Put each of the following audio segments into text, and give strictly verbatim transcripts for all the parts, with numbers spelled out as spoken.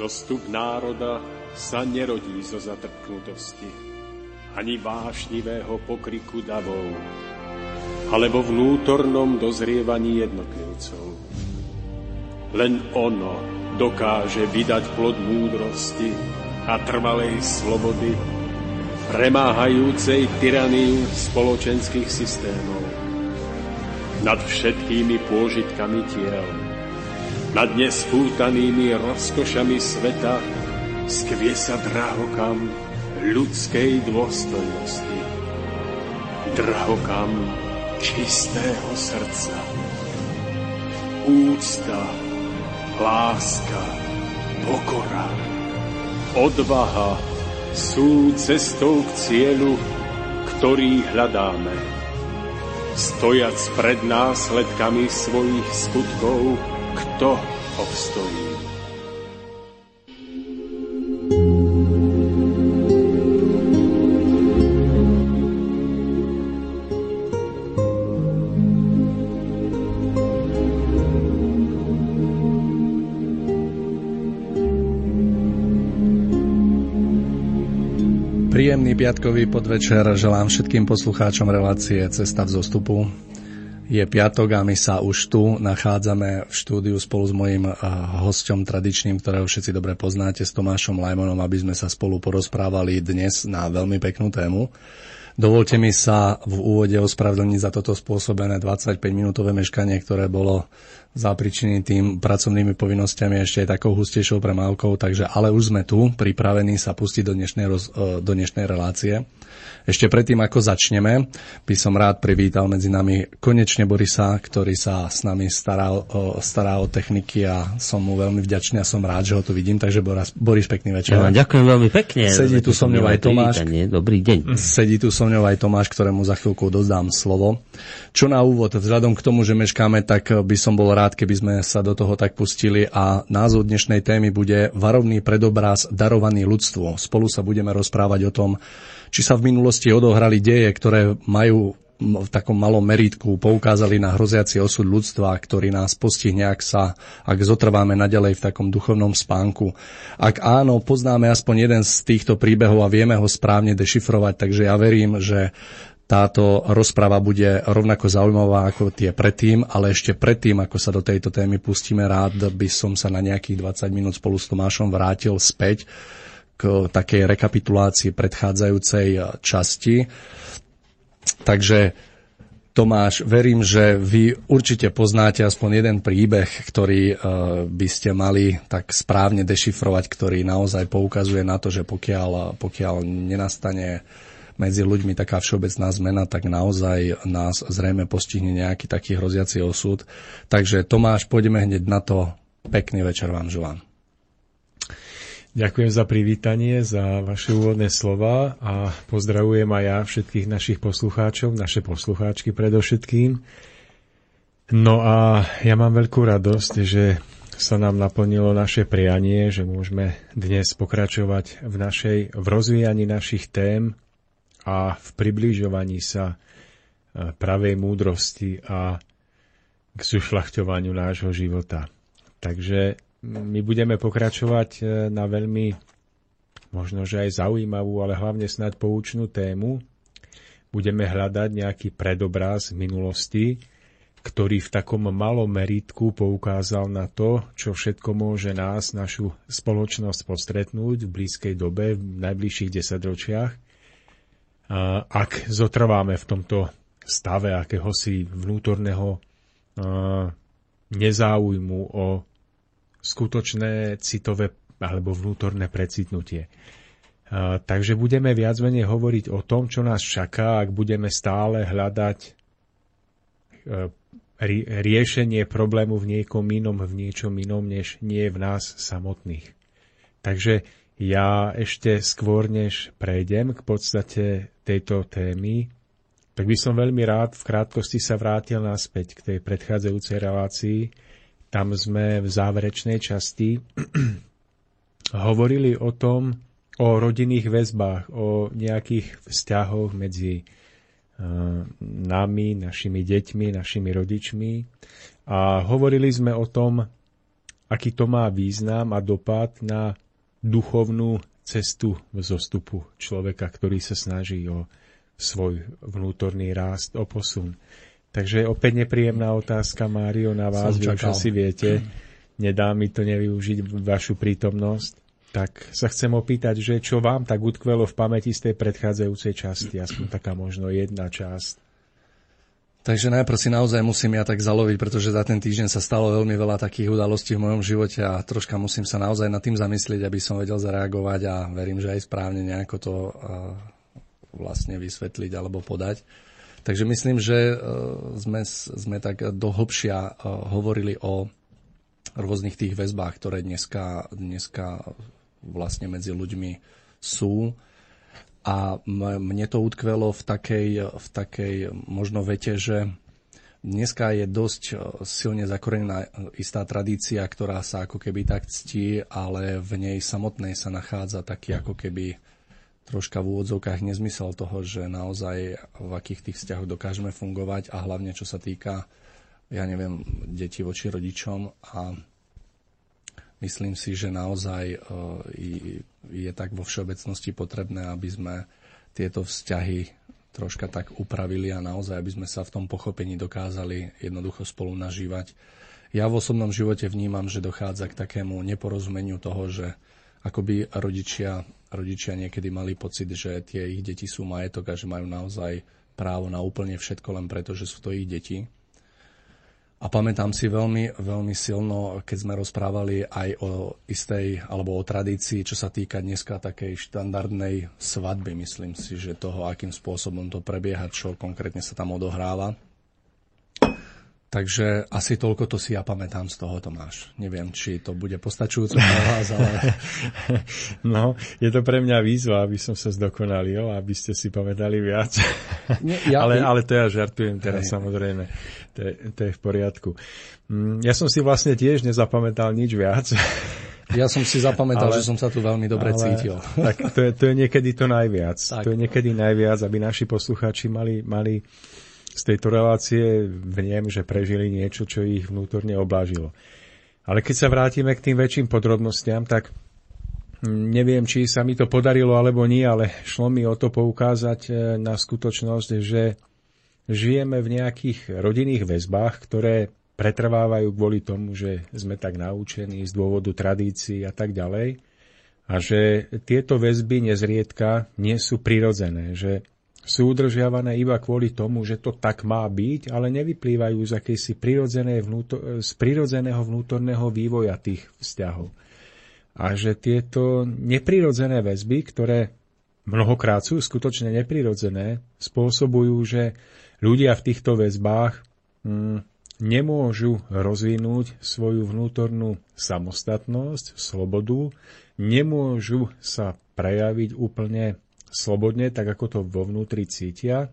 Zostup národa sa nerodí zo zatrpknutosti, ani vášnivého pokriku davov, ale vo vnútornom dozrievaní jednotlivcov. Len ono dokáže vydať plod múdrosti a trvalej slobody, premáhajúcej tyraniu spoločenských systémov. Nad všetkými pôžitkami tiel, nad nespútanými rozkošami sveta skvie sa drahokam ľudskej dôstojnosti. Drahokam čistého srdca. Úcta, láska, pokora, odvaha sú cestou k cieľu, ktorý hľadáme. Stojac pred následkami svojich skutkov, kto obstojí? Príjemný piatkový podvečer želám všetkým poslucháčom relácie Cesta v zostupu. Je piatok a my sa už tu nachádzame v štúdiu spolu s mojím hosťom tradičným, ktorého všetci dobre poznáte, s Tomášom Lajmonom, aby sme sa spolu porozprávali dnes na veľmi peknú tému. Dovolte mi sa v úvode ospravedlniť za toto spôsobené dvadsaťpäťminútové meškanie, ktoré bolo zapričinené tým pracovnými povinnosťami ešte aj takou hustejšou premávkou, takže ale už sme tu, pripravení sa pustiť do dnešnej, roz, do dnešnej relácie. Ešte predtým, ako začneme, by som rád privítal medzi nami konečne Borisa, ktorý sa s nami stará o, stará o techniky a som mu veľmi vďačný a som rád, že ho tu vidím. Takže Boris, Boris pekný večer. Ja, ďakujem veľmi pekne. Sedí tu so mňou aj Tomáš. Dobrý deň. Sedí tu so mňou aj Tomáš, ktorému za chvíľku dozdám slovo. Čo na úvod, vzhľadom k tomu, že meškáme, tak by som bol rád, keby sme sa do toho tak pustili a názov dnešnej témy bude Varovný predobraz darovaný ľudstvu. Spolu sa budeme rozprávať o tom, či sa v minulosti odohrali deje, ktoré majú v takom malom merítku poukázali na hroziaci osud ľudstva, ktorý nás postihne, ak sa, ak zotrváme naďalej v takom duchovnom spánku. Ak áno, poznáme aspoň jeden z týchto príbehov a vieme ho správne dešifrovať, takže ja verím, že táto rozprava bude rovnako zaujímavá ako tie predtým, ale ešte predtým, ako sa do tejto témy pustíme, rád by som sa na nejakých dvadsať minút spolu s Tomášom vrátil späť k takej rekapitulácii predchádzajúcej časti. Takže Tomáš, verím, že vy určite poznáte aspoň jeden príbeh, ktorý by ste mali tak správne dešifrovať, ktorý naozaj poukazuje na to, že pokiaľ, pokiaľ nenastane medzi ľuďmi taká všeobecná zmena, tak naozaj nás zrejme postihne nejaký taký hroziaci osud. Takže Tomáš, pôjdeme hneď na to. Pekný večer vám želám. Ďakujem za privítanie, za vaše úvodné slova a pozdravujem aj ja všetkých našich poslucháčov, naše poslucháčky predovšetkým. No a ja mám veľkú radosť, že sa nám naplnilo naše prianie, že môžeme dnes pokračovať v našej, v rozvíjaní našich tém a v približovaní sa pravej múdrosti a k zušľachťovaniu nášho života. Takže my budeme pokračovať na veľmi, možno že aj zaujímavú, ale hlavne snáď poučnú tému. Budeme hľadať nejaký predobraz minulosti, ktorý v takom malom meritku poukázal na to, čo všetko môže nás, našu spoločnosť postretnúť v blízkej dobe, v najbližších desaťročiach. Ak zotrváme v tomto stave akéhosi vnútorného nezáujmu o skutočné citové alebo vnútorné precitnutie. Uh, takže budeme viac menej hovoriť o tom, čo nás čaká, ak budeme stále hľadať uh, ri- riešenie problému v niekom inom, v niečom inom, než nie v nás samotných. Takže ja ešte skôr, než prejdem k podstate tejto témy, tak by som veľmi rád v krátkosti sa vrátil naspäť k tej predchádzajúcej relácii. Tam sme v záverečnej časti hovorili o tom, o rodinných väzbách, o nejakých vzťahoch medzi uh, nami, našimi deťmi, našimi rodičmi. A hovorili sme o tom, aký to má význam a dopad na duchovnú cestu vzostupu človeka, ktorý sa snaží o svoj vnútorný rást, o posun. Takže opäť nepríjemná otázka, Mário, na vás. Vy už asi viete, nedá mi to nevyužiť vašu prítomnosť. Tak sa chcem opýtať, že čo vám tak utkvelo v pamäti z tej predchádzajúcej časti, aspoň taká možno jedna časť. Takže najprv si naozaj musím ja tak zaloviť, pretože za ten týždeň sa stalo veľmi veľa takých udalostí v mojom živote a troška musím sa naozaj nad tým zamyslieť, aby som vedel zareagovať a verím, že aj správne nejako to uh, vlastne vysvetliť alebo podať. Takže myslím, že uh, sme, sme tak dohlbšia uh, hovorili o rôznych tých väzbách, ktoré dneska, dneska vlastne medzi ľuďmi sú. A mne to utkvelo v takej, v takej možno vete, že dneska je dosť silne zakorenená istá tradícia, ktorá sa ako keby tak ctí, ale v nej samotnej sa nachádza taký ako keby troška v úvodzovkách nezmysel toho, že naozaj v akých tých vzťahoch dokážeme fungovať a hlavne čo sa týka, ja neviem, detí voči rodičom a myslím si, že naozaj je tak vo všeobecnosti potrebné, aby sme tieto vzťahy troška tak upravili a naozaj, aby sme sa v tom pochopení dokázali jednoducho spolu nažívať. Ja v osobnom živote vnímam, že dochádza k takému neporozumeniu toho, že akoby rodičia, rodičia niekedy mali pocit, že tie ich deti sú majetok a že majú naozaj právo na úplne všetko len preto, že sú to ich deti. A pamätám si veľmi, veľmi silno, keď sme rozprávali aj o istej, alebo o tradícii, čo sa týka dneska takej štandardnej svadby. Myslím si, že toho, akým spôsobom to prebieha, čo konkrétne sa tam odohráva. Takže asi toľko to si ja pamätám z toho, Tomáš. Neviem, či to bude postačujúce pre vás, ale... No, je to pre mňa výzva, aby som sa zdokonalil, aby ste si pamätali viac. Nie, ja, ale, ale to ja žartujem teraz, hej, samozrejme. To je, to je v poriadku. Ja som si vlastne tiež nezapamätal nič viac. Ja som si zapamätal, ale, že som sa tu veľmi dobre ale, cítil. Tak to je, to je niekedy to najviac. Tak. To je niekedy najviac, aby naši poslucháči mali... mali z tejto relácie vniem, že prežili niečo, čo ich vnútorne oblážilo. Ale keď sa vrátime k tým väčším podrobnostiam, tak neviem, či sa mi to podarilo alebo nie, ale šlo mi o to poukázať na skutočnosť, že žijeme v nejakých rodinných väzbách, ktoré pretrvávajú kvôli tomu, že sme tak naučení z dôvodu tradícií a tak ďalej. A že tieto väzby nezriedka nie sú prirodzené, že sú udržiavané iba kvôli tomu, že to tak má byť, ale nevyplývajú z akejsi prirodzené vnútor, z prirodzeného vnútorného vývoja tých vzťahov. A že tieto neprirodzené väzby, ktoré mnohokrát sú skutočne neprirodzené, spôsobujú, že ľudia v týchto väzbách hm, nemôžu rozvinúť svoju vnútornú samostatnosť, slobodu, nemôžu sa prejaviť úplne slobodne, tak ako to vo vnútri cítia.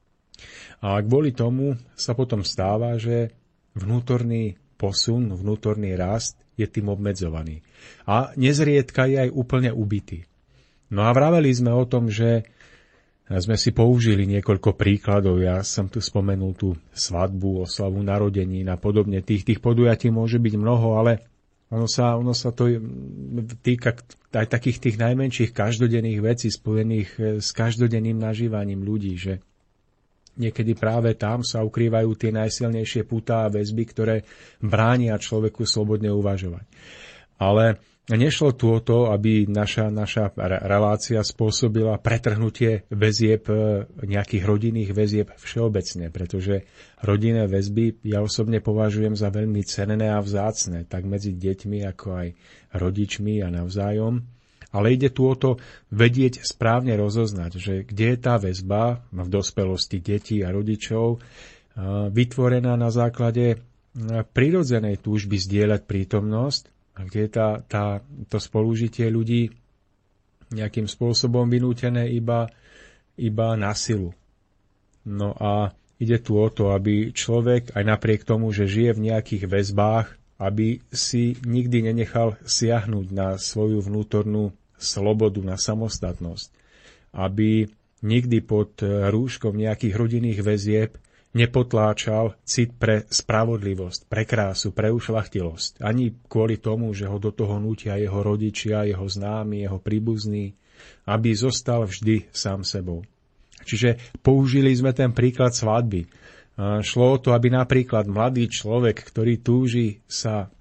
A kvôli tomu sa potom stáva, že vnútorný posun, vnútorný rast je tým obmedzovaný. A nezriedka je aj úplne ubitý. No a vraveli sme o tom, že sme si použili niekoľko príkladov. Ja som tu spomenul tú svadbu, oslavu narodení a podobne. Tých, tých podujatí môže byť mnoho, ale Ono sa, ono sa to týka aj takých tých najmenších každodenných vecí spojených s každodenným nažívaním ľudí, že niekedy práve tam sa ukrývajú tie najsilnejšie pútá a väzby, ktoré bránia človeku slobodne uvažovať. Ale nešlo tu o to, aby naša, naša relácia spôsobila pretrhnutie väzieb, nejakých rodinných väzieb všeobecne, pretože rodinné väzby ja osobne považujem za veľmi cenné a vzácne, tak medzi deťmi, ako aj rodičmi a navzájom. Ale ide tu o to vedieť správne rozoznať, že kde je tá väzba v dospelosti detí a rodičov vytvorená na základe prirodzenej túžby zdieľať prítomnosť, a kde je tá, tá, to spolužitie ľudí nejakým spôsobom vynútené iba, iba na silu. No a ide tu o to, aby človek aj napriek tomu, že žije v nejakých väzbách, aby si nikdy nenechal siahnuť na svoju vnútornú slobodu, na samostatnosť. Aby nikdy pod rúškom nejakých rodinných väzieb nepotláčal cit pre spravodlivosť, pre krásu, pre ušľachtilosť. Ani kvôli tomu, že ho do toho nútia jeho rodičia, jeho známi, jeho príbuzní, aby zostal vždy sám sebou. Čiže použili sme ten príklad svadby. Šlo o to, aby napríklad mladý človek, ktorý túži sa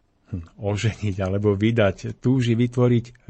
oženiť alebo vydať, túži vytvoriť e,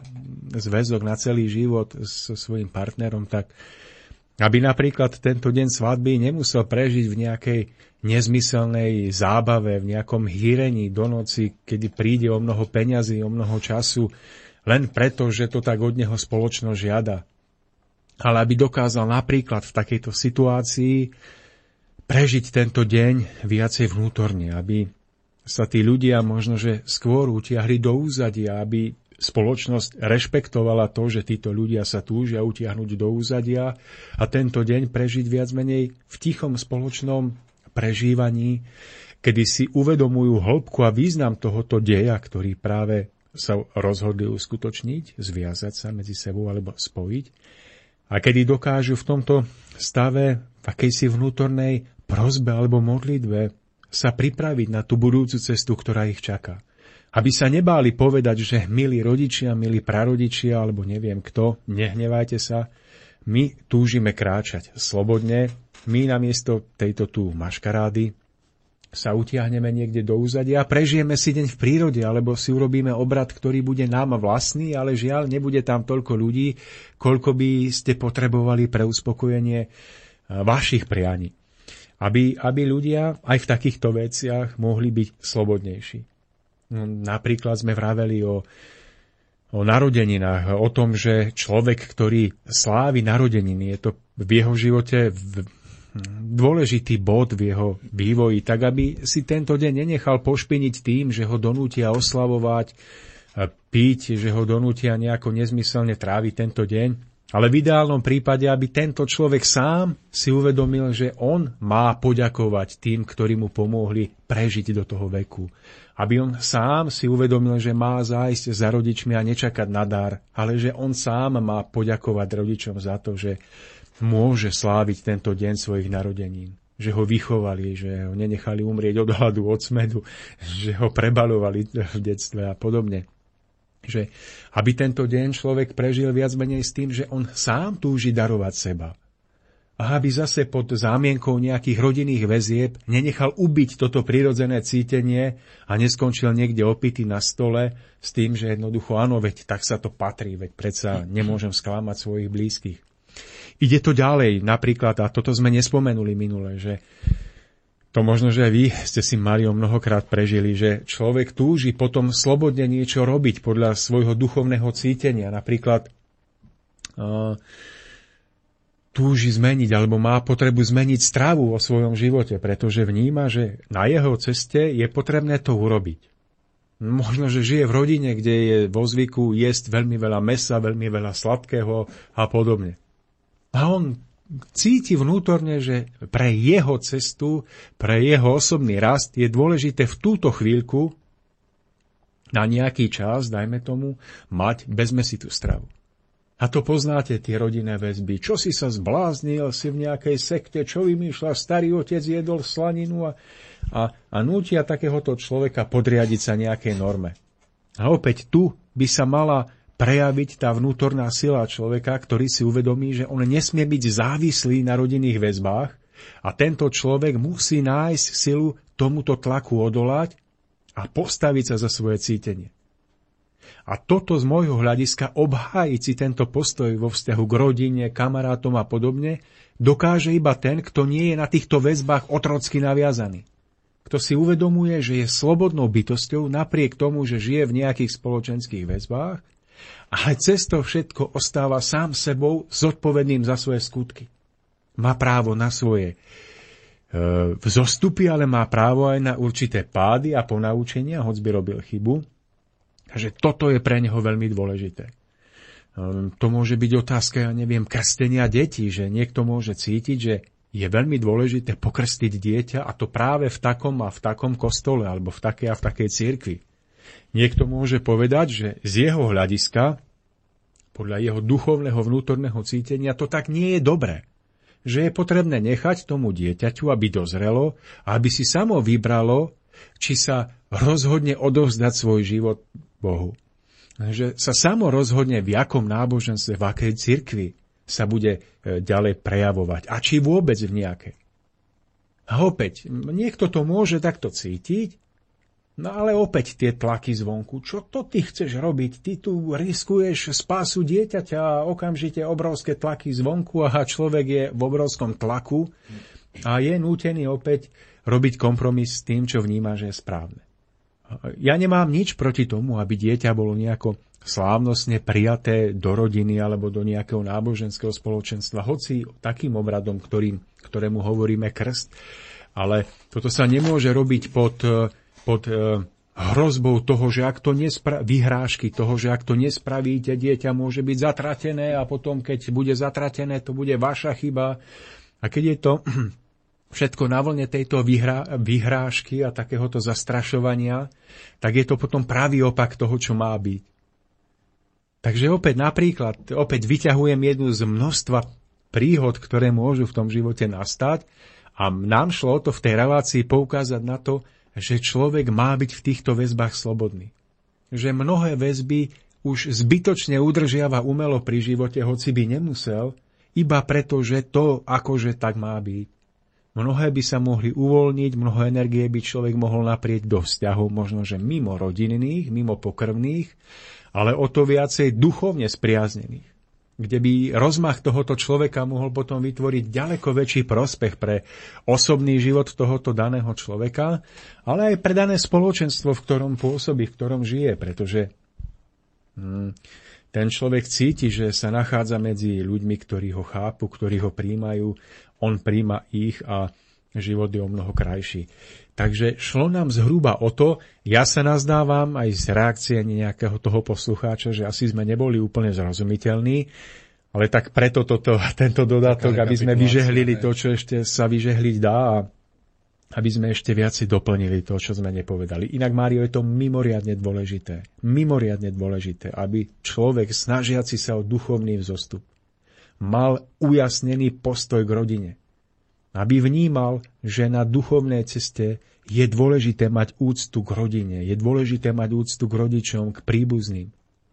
zväzok na celý život so svojím partnerom, tak aby napríklad tento deň svadby nemusel prežiť v nejakej nezmyselnej zábave, v nejakom hýrení do noci, kedy príde o mnoho peňazí, o mnoho času, len preto, že to tak od neho spoločnosť žiada. Ale aby dokázal napríklad v takejto situácii prežiť tento deň viacej vnútorne, aby sa tí ľudia možno, že skôr utiahli do úzadia, aby spoločnosť rešpektovala to, že títo ľudia sa túžia utiahnuť do úzadia a tento deň prežiť viac menej v tichom spoločnom prežívaní, kedy si uvedomujú hĺbku a význam tohoto deja, ktorý práve sa rozhodli uskutočniť, zviazať sa medzi sebou alebo spojiť, a kedy dokážu v tomto stave, v akejsi vnútornej prosbe alebo modlitbe sa pripraviť na tú budúcu cestu, ktorá ich čaká. Aby sa nebáli povedať, že milí rodičia, milí prarodičia, alebo neviem kto, nehnevajte sa, my túžime kráčať slobodne, my namiesto tejto tu maškarády sa utiahneme niekde do úzadia a prežijeme si deň v prírode, alebo si urobíme obrad, ktorý bude nám vlastný, ale žiaľ, nebude tam toľko ľudí, koľko by ste potrebovali pre uspokojenie vašich prianí. Aby, aby ľudia aj v takýchto veciach mohli byť slobodnejší. Napríklad sme vraveli o, o narodeninách, o tom, že človek, ktorý slávi narodeniny, je to v jeho živote v, dôležitý bod v jeho vývoji, tak aby si tento deň nenechal pošpiniť tým, že ho donútia oslavovať, piť, že ho donútia nejako nezmyselne tráviť tento deň. Ale v ideálnom prípade, aby tento človek sám si uvedomil, že on má poďakovať tým, ktorí mu pomohli prežiť do toho veku. Aby on sám si uvedomil, že má zájsť za rodičmi a nečakať na dar, ale že on sám má poďakovať rodičom za to, že môže sláviť tento deň svojich narodenín. Že ho vychovali, že ho nenechali umrieť od hladu, od smedu, že ho prebalovali v detstve a podobne. Že aby tento deň človek prežil viac menej s tým, že on sám túži darovať seba. A aby zase pod zámienkou nejakých rodinných väzieb nenechal ubiť toto prirodzené cítenie a neskončil niekde opitý na stole s tým, že jednoducho áno, veď tak sa to patrí, veď predsa nemôžem sklamať svojich blízkych. Ide to ďalej, napríklad, a toto sme nespomenuli minule, že to možno, že vy ste si, Mário, mnohokrát prežili, že človek túži potom slobodne niečo robiť podľa svojho duchovného cítenia. Napríklad uh, túži zmeniť, alebo má potrebu zmeniť stravu vo svojom živote, pretože vníma, že na jeho ceste je potrebné to urobiť. Možno, že žije v rodine, kde je vo zvyku jesť veľmi veľa mäsa, veľmi veľa sladkého a podobne. A on cíti vnútorne, že pre jeho cestu, pre jeho osobný rast je dôležité v túto chvíľku na nejaký čas, dajme tomu, mať bezmäsitú stravu. A to poznáte, tie rodinné väzby. Čo si sa zbláznil, si v nejakej sekte, čo vymýšľa, starý otec jedol slaninu a, a, a nútia takéhoto človeka podriadiť sa nejakej norme. A opäť tu by sa mala prejaviť tá vnútorná sila človeka, ktorý si uvedomí, že on nesmie byť závislý na rodinných väzbách a tento človek musí nájsť silu tomuto tlaku odolať a postaviť sa za svoje cítenie. A toto z môjho hľadiska obhájiť si tento postoj vo vzťahu k rodine, kamarátom a podobne dokáže iba ten, kto nie je na týchto väzbách otrocky naviazaný. Kto si uvedomuje, že je slobodnou bytosťou napriek tomu, že žije v nejakých spoločenských väzbách, ale cez to všetko ostáva sám sebou zodpovedným za svoje skutky. Má právo na svoje e, vzostupy, ale má právo aj na určité pády a ponaučenia, hoď by robil chybu. Takže toto je pre neho veľmi dôležité. E, to môže byť otázka, ja neviem, krstenia detí, že niekto môže cítiť, že je veľmi dôležité pokrstiť dieťa a to práve v takom a v takom kostole alebo v takej a v takej cirkvi. Niekto môže povedať, že z jeho hľadiska, podľa jeho duchovného vnútorného cítenia, to tak nie je dobré. že je potrebné nechať tomu dieťaťu, aby dozrelo a aby si samo vybralo, či sa rozhodne odovzdať svoj život Bohu. Že sa samo rozhodne, v akom náboženstve, v akej cirkvi sa bude ďalej prejavovať a či vôbec v nejakej. A opäť, niekto to môže takto cítiť, no ale opäť tie tlaky zvonku. Čo to ty chceš robiť? Ty tu riskuješ spásu dieťaťa a okamžite obrovské tlaky zvonku a človek je v obrovskom tlaku a je nútený opäť robiť kompromis s tým, čo vníma, že je správne. Ja nemám nič proti tomu, aby dieťa bolo nejako slávnostne prijaté do rodiny alebo do nejakého náboženského spoločenstva, hoci takým obradom, ktorým, ktorému hovoríme krst, ale toto sa nemôže robiť pod, pod hrozbou toho, že ak to nespra- vyhrážky toho, že ak to nespravíte, dieťa môže byť zatratené a potom, keď bude zatratené, to bude vaša chyba. A keď je to všetko na vlne tejto vyhrá- vyhrážky a takéhoto zastrašovania, tak je to potom pravý opak toho, čo má byť. Takže opäť napríklad, opäť vyťahujem jednu z množstva príhod, ktoré môžu v tom živote nastať a nám šlo to v tej relácii poukázať na to, že človek má byť v týchto väzbách slobodný. Že mnohé väzby už zbytočne udržiava umelo pri živote, hoci by nemusel, iba preto, že to akože tak má byť. Mnohé by sa mohli uvoľniť, mnoho energie by človek mohol naprieť do vzťahov, možno že mimo rodinných, mimo pokrvných, ale o to viacej duchovne spriaznených, kde by rozmach tohoto človeka mohol potom vytvoriť ďaleko väčší prospech pre osobný život tohoto daného človeka, ale aj pre dané spoločenstvo, v ktorom pôsobí, v ktorom žije, pretože hmm, ten človek cíti, že sa nachádza medzi ľuďmi, ktorí ho chápu, ktorí ho príjmajú, on príjma ich a život je o mnoho krajší. Takže šlo nám zhruba o to, ja sa nazdávam aj z reakcie nejakého toho poslucháča, že asi sme neboli úplne zrozumiteľní, ale tak preto toto, tento dodatok, aby sme vyžehlili to, čo ešte sa vyžehliť dá a aby sme ešte viac doplnili to, čo sme nepovedali. Inak, Mário, je to mimoriadne dôležité. Mimoriadne dôležité, aby človek snažiaci sa o duchovný vzostup mal ujasnený postoj k rodine. Aby vnímal, že na duchovnej ceste je dôležité mať úctu k rodine, je dôležité mať úctu k rodičom, k príbuzným.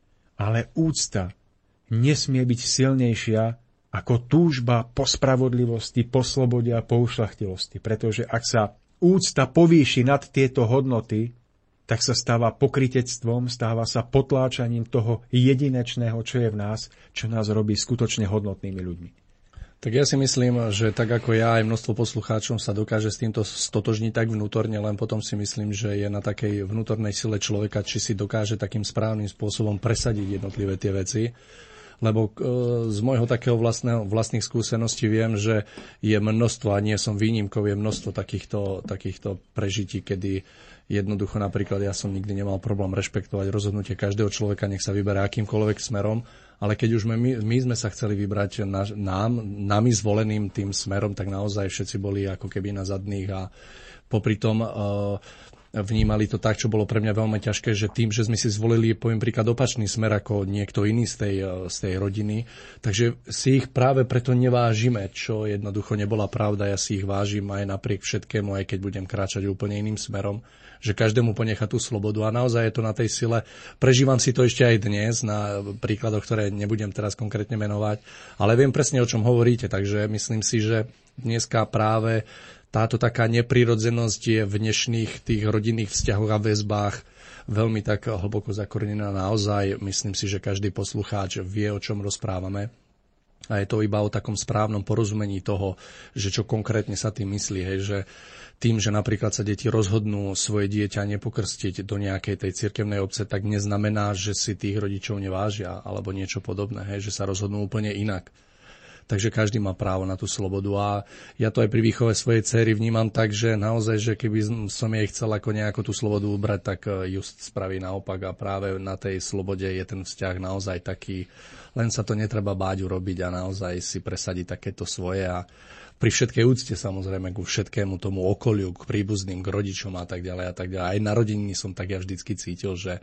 Ale úcta nesmie byť silnejšia ako túžba po spravodlivosti, po slobode a po ušľachtilosti. Pretože ak sa úcta povýši nad tieto hodnoty, tak sa stáva pokrytectvom, stáva sa potláčaním toho jedinečného, čo je v nás, čo nás robí skutočne hodnotnými ľuďmi. Tak ja si myslím, že tak ako ja, aj množstvo poslucháčov sa dokáže s týmto stotožniť tak vnútorne, len potom si myslím, že je na takej vnútornej sile človeka, či si dokáže takým správnym spôsobom presadiť jednotlivé tie veci. Lebo e, z môjho takého vlastného, vlastných skúseností viem, že je množstvo, a nie som výnimkou, je množstvo takýchto, takýchto prežití, kedy jednoducho napríklad ja som nikdy nemal problém rešpektovať rozhodnutie každého človeka, nech sa vyberá akýmkoľvek smerom, ale keď už my, my sme sa chceli vybrať na, nám, nami zvoleným tým smerom, tak naozaj všetci boli ako keby na zadných a popri tom uh, vnímali to tak, čo bolo pre mňa veľmi ťažké, že tým, že sme si zvolili, poviem príklad, opačný smer ako niekto iný z tej, z tej rodiny, takže si ich práve preto nevážime, čo jednoducho nebola pravda. Ja si ich vážim aj napriek všetkému, aj keď budem kráčať úplne iným smerom, že každému ponecha tú slobodu a naozaj je to na tej sile. Prežívam si to ešte aj dnes na príkladoch, ktoré nebudem teraz konkrétne menovať, ale viem presne, o čom hovoríte, takže myslím si, že dneska práve táto taká neprirodzenosť je v dnešných tých rodinných vzťahoch a väzbách veľmi tak hlboko zakorenená naozaj. Myslím si, že každý poslucháč vie, o čom rozprávame. A je to iba o takom správnom porozumení toho, že čo konkrétne sa tým myslí. Hej, že tým, že napríklad sa deti rozhodnú svoje dieťa nepokrstiť do nejakej tej cirkevnej obce, tak neznamená, že si tých rodičov nevážia alebo niečo podobné. Hej, že sa rozhodnú úplne inak. Takže každý má právo na tú slobodu a ja to aj pri výchove svojej dcery vnímam tak, že naozaj, že keby som jej chcel ako nejakú tú slobodu ubrať, tak just spraví naopak a práve na tej slobode je ten vzťah naozaj taký, len sa to netreba báť urobiť a naozaj si presadiť takéto svoje a pri všetkej úcte samozrejme ku všetkému tomu okoliu, k príbuzným, k rodičom a tak ďalej a tak ďalej. Aj na rodiny som tak ja vždycky cítil, že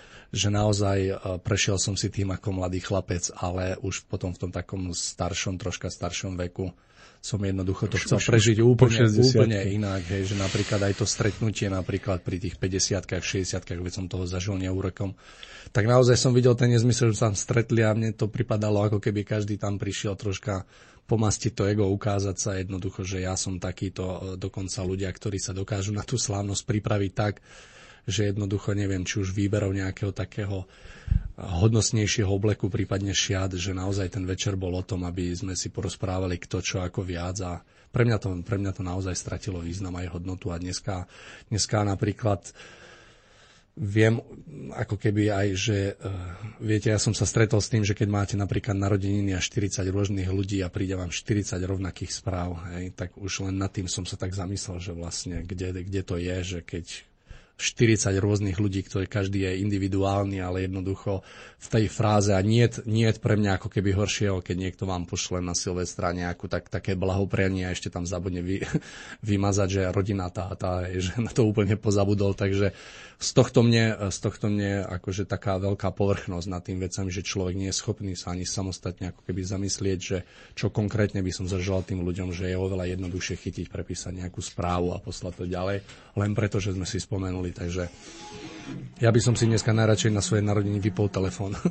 že naozaj prešiel som si tým ako mladý chlapec, ale už potom v tom takom staršom, troška staršom veku som jednoducho to chcel prežiť úplne, úplne inak, hej, že napríklad aj to stretnutie napríklad pri tých päťdesiatkách, šesťdesiatkách, keď som toho zažil neúrekom, tak naozaj som videl ten nezmysel, že sa tam stretli a mne to pripadalo, ako keby každý tam prišiel troška pomastiť to ego, ukázať sa jednoducho, že ja som takýto, dokonca ľudia, ktorí sa dokážu na tú slávnosť pripraviť tak, že jednoducho neviem, či už výberov nejakého takého hodnostnejšieho obleku, prípadne šiat, že naozaj ten večer bol o tom, aby sme si porozprávali kto čo ako viac a pre mňa to, pre mňa to naozaj stratilo význam aj hodnotu a dneska, dneska napríklad viem ako keby aj, že viete, ja som sa stretol s tým, že keď máte napríklad narodeniny a štyridsať rôznych ľudí a príde vám štyridsať rovnakých správ, hej, tak už len nad tým som sa tak zamyslel, že vlastne kde, kde to je, že keď štyridsať rôznych ľudí, ktorí každý je individuálny, ale jednoducho v tej fráze a nie je pre mňa ako keby horšieho, keď niekto vám pošle na Silvestra nejakú tak, také blahoprianie a ešte tam zabudne vy, vymazať, že rodina tá, tá, že na to úplne pozabudol, takže z tohto mne, z tohto mne akože taká veľká povrchnosť nad tým vecami, že človek nie je schopný sa ani samostatne ako keby zamyslieť, že čo konkrétne by som zažal tým ľuďom, že je oveľa jednoduchšie chytiť, prepísať nejakú správu a poslať to ďalej, len preto, že sme si spomenuli. Takže ja by som si dneska najradšej na svoje narodeniny vypol telefón.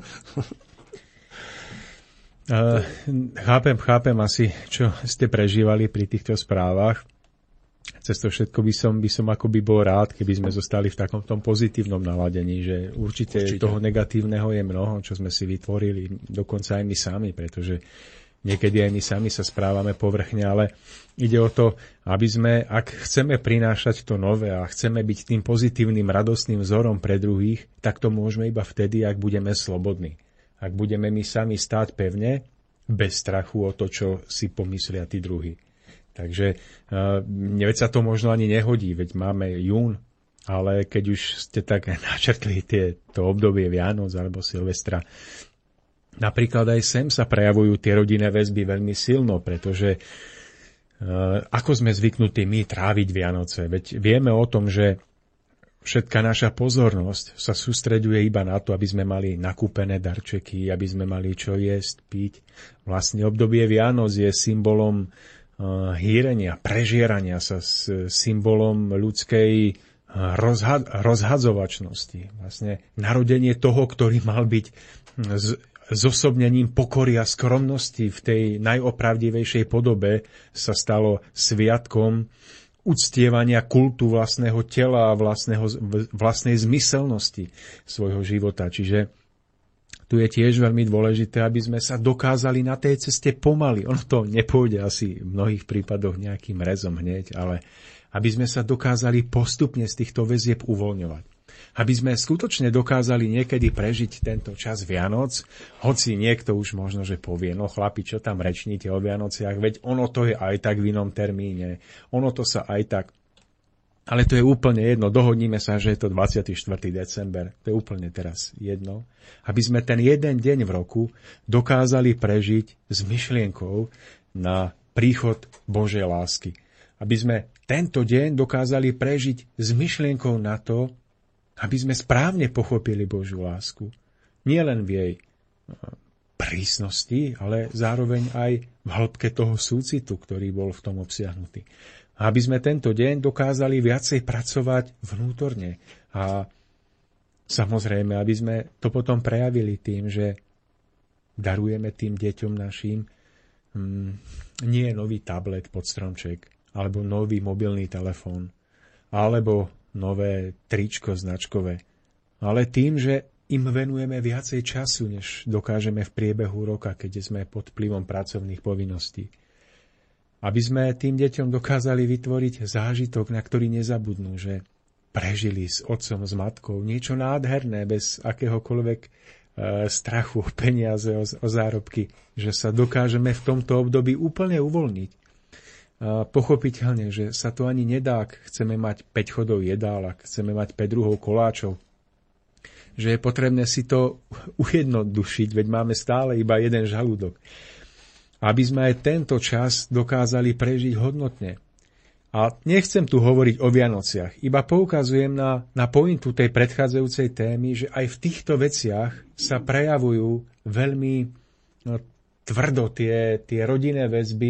uh, chápem, chápem asi, čo ste prežívali pri týchto správach. Cez to všetko by som, by som akoby bol rád, keby sme zostali v takom tom pozitívnom naladení, že určite, určite toho negatívneho je mnoho, čo sme si vytvorili, dokonca aj my sami, pretože niekedy aj my sami sa správame povrchne, ale ide o to, aby sme, ak chceme prinášať to nové a chceme byť tým pozitívnym, radostným vzorom pre druhých, tak to môžeme iba vtedy, ak budeme slobodní. Ak budeme my sami stáť pevne, bez strachu o to, čo si pomyslia tí druhí. Takže uh, veď sa to možno ani nehodí, veď máme jún, ale keď už ste tak načrtli tie, to obdobie Vianoc alebo Silvestra, napríklad aj sem sa prejavujú tie rodinné väzby veľmi silno, pretože uh, ako sme zvyknutí my tráviť Vianoce, veď vieme o tom, že všetká naša pozornosť sa sústreďuje iba na to, aby sme mali nakúpené darčeky, aby sme mali čo jesť, piť. Vlastne obdobie Vianoc je symbolom hýrenia, prežierania sa s symbolom ľudskej rozha- rozhadzovačnosti. Vlastne narodenie toho, ktorý mal byť z- zosobnením pokory a skromnosti v tej najopravdivejšej podobe, sa stalo sviatkom uctievania kultu vlastného tela a vlastného, vlastnej zmyselnosti svojho života. Čiže tu je tiež veľmi dôležité, aby sme sa dokázali na tej ceste pomaly. Ono to nepôjde asi v mnohých prípadoch nejakým rezom hneď, ale aby sme sa dokázali postupne z týchto väzieb uvoľňovať. Aby sme skutočne dokázali niekedy prežiť tento čas Vianoc, hoci niekto už možno, že povie, no chlapi, čo tam rečníte o Vianociach, veď ono to je aj tak v inom termíne, ono to sa aj tak... Ale to je úplne jedno, dohodníme sa, že je to dvadsiateho štvrtého december, to je úplne teraz jedno. Aby sme ten jeden deň v roku dokázali prežiť s myšlienkou na príchod Božej lásky. Aby sme tento deň dokázali prežiť s myšlienkou na to, aby sme správne pochopili Božiu lásku. Nie len v jej prísnosti, ale zároveň aj v hĺbke toho súcitu, ktorý bol v tom obsiahnutý. Aby sme tento deň dokázali viacej pracovať vnútorne a samozrejme, aby sme to potom prejavili tým, že darujeme tým deťom našim hmm, nie nový tablet pod stromček, alebo nový mobilný telefón, alebo nové tričko značkové, ale tým, že im venujeme viacej času, než dokážeme v priebehu roka, keď sme pod vplyvom pracovných povinností. Aby sme tým deťom dokázali vytvoriť zážitok, na ktorý nezabudnú, že prežili s otcom, s matkou niečo nádherné, bez akéhokoľvek e, strachu, peniaze, o, o zárobky, že sa dokážeme v tomto období úplne uvoľniť. A pochopiteľne, že sa to ani nedá, ak chceme mať päť chodov jedál, ak chceme mať päť druhov koláčov, že je potrebné si to ujednodušiť, veď máme stále iba jeden žalúdok. Aby sme aj tento čas dokázali prežiť hodnotne. A nechcem tu hovoriť o Vianociach, iba poukazujem na, na pointu tej predchádzajúcej témy, že aj v týchto veciach sa prejavujú veľmi no, tvrdo tie, tie rodinné väzby,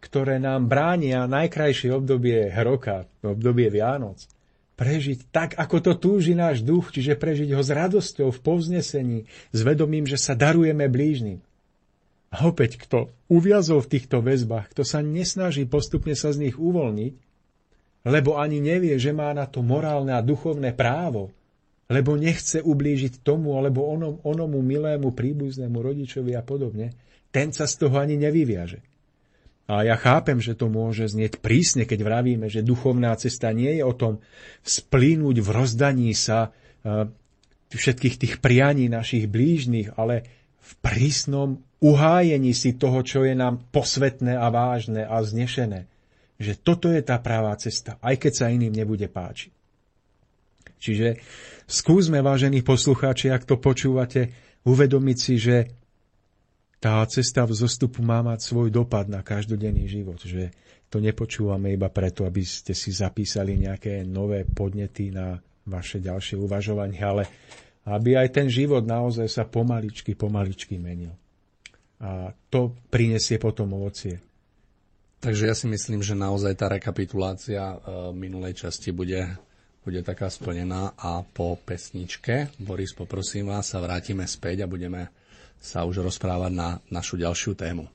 ktoré nám bránia najkrajšie obdobie roka, obdobie Vianoc, prežiť tak, ako to túži náš duch, čiže prežiť ho s radosťou, v povznesení, s vedomím, že sa darujeme blížnym. A opäť, kto uviazol v týchto väzbách, kto sa nesnaží postupne sa z nich uvoľniť, lebo ani nevie, že má na to morálne a duchovné právo, lebo nechce ublížiť tomu alebo onom, onomu milému príbuznému rodičovi a podobne, ten sa z toho ani nevyviaže. A ja chápem, že to môže znieť prísne, keď vravíme, že duchovná cesta nie je o tom splínuť v rozdaní sa uh, všetkých tých prianí našich blížnych, ale v prísnom uhájení si toho, čo je nám posvetné a vážne a vznešené. Že toto je tá pravá cesta, aj keď sa iným nebude páčiť. Čiže skúsme, vážení poslucháči, ak to počúvate, uvedomiť si, že tá cesta vzostupu má mať svoj dopad na každodenný život, že to nepočúvame iba preto, aby ste si zapísali nejaké nové podnety na vaše ďalšie uvažovanie, ale aby aj ten život naozaj sa pomaličky, pomaličky menil. A to prinesie potom ovocie. Takže ja si myslím, že naozaj tá rekapitulácia minulej časti bude, bude taká splnená a po pesničke, Boris, poprosím vás, sa vrátime späť a budeme sa už rozprávať na našu ďalšiu tému.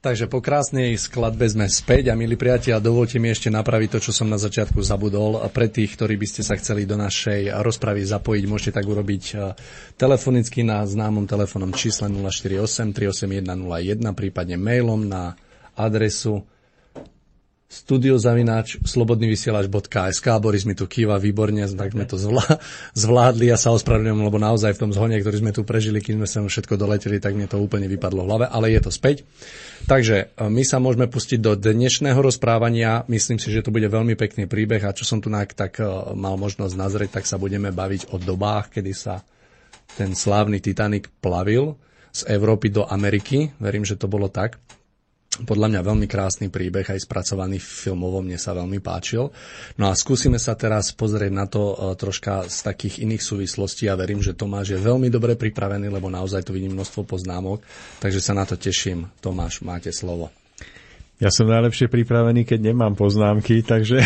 Takže po krásnej skladbe sme späť a milí priatelia, dovolte mi ešte napraviť to, čo som na začiatku zabudol. A pre tých, ktorí by ste sa chceli do našej rozpravy zapojiť, môžete tak urobiť telefonicky na známom telefónnom čísle nula štyri osem tri osem jeden nula jeden, prípadne mailom na adresu studiozavináč slobodnyvysielač bodka es ká. Boris mi tu kýva, výborne, tak sme to zvlá- zvládli. Ja sa ospravedlňujem, lebo naozaj v tom zhone, ktorý sme tu prežili, keď sme sa všetko doleteli, tak mne to úplne vypadlo v hlave, ale je to späť. Takže my sa môžeme pustiť do dnešného rozprávania. Myslím si, že to bude veľmi pekný príbeh a čo som tu tak mal možnosť nazrieť, tak sa budeme baviť o dobách, kedy sa ten slávny Titanic plavil z Európy do Ameriky. Verím, že to bolo tak. Podľa mňa veľmi krásny príbeh, aj spracovaný filmovo, mne sa veľmi páčil. No a skúsime sa teraz pozrieť na to troška z takých iných súvislostí a verím, že Tomáš je veľmi dobre pripravený, lebo naozaj tu vidím množstvo poznámok, takže sa na to teším. Tomáš, máte slovo. Ja som najlepšie pripravený, keď nemám poznámky, takže...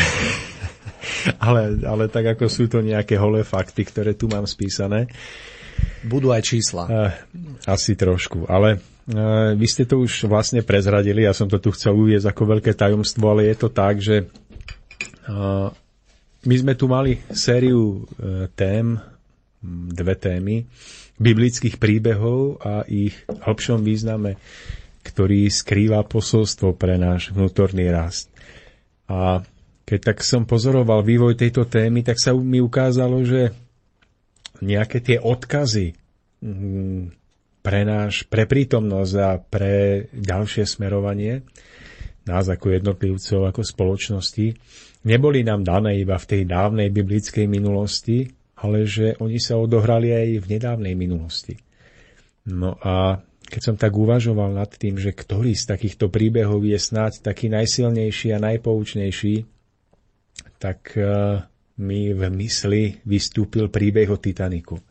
ale, ale tak ako sú to nejaké holé fakty, ktoré tu mám spísané. Budú aj čísla. Uh, asi trošku, ale... Uh, vy ste to už vlastne prezradili, ja som to tu chcel uviesť ako veľké tajomstvo, ale je to tak, že uh, my sme tu mali sériu uh, tém, dve témy, biblických príbehov a ich hlbšom význame, ktorý skrýva posolstvo pre náš vnútorný rast. A keď tak som pozoroval vývoj tejto témy, tak sa mi ukázalo, že nejaké tie odkazy um, pre náš, pre prítomnosť a pre ďalšie smerovanie nás ako jednotlivcov, ako spoločnosti, neboli nám dané iba v tej dávnej biblickej minulosti, ale že oni sa odohrali aj v nedávnej minulosti. No a keď som tak uvažoval nad tým, že ktorý z takýchto príbehov je snáď taký najsilnejší a najpoučnejší, tak uh, mi v mysli vystúpil príbeh o Titaniku.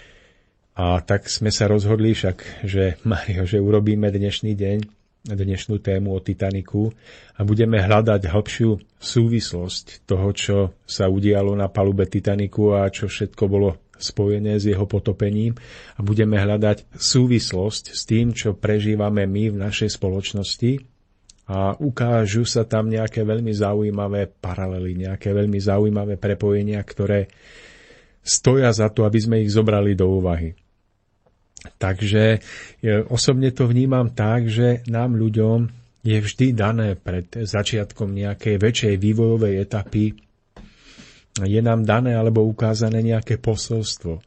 A tak sme sa rozhodli však, že Mário, že urobíme dnešný deň, dnešnú tému o Titaniku a budeme hľadať hlbšiu súvislosť toho, čo sa udialo na palube Titaniku a čo všetko bolo spojené s jeho potopením a budeme hľadať súvislosť s tým, čo prežívame my v našej spoločnosti a ukážu sa tam nejaké veľmi zaujímavé paralely, nejaké veľmi zaujímavé prepojenia, ktoré stoja za to, aby sme ich zobrali do úvahy. Takže osobne to vnímam tak, že nám ľuďom je vždy dané pred začiatkom nejakej väčšej vývojovej etapy, je nám dané alebo ukázané nejaké posolstvo,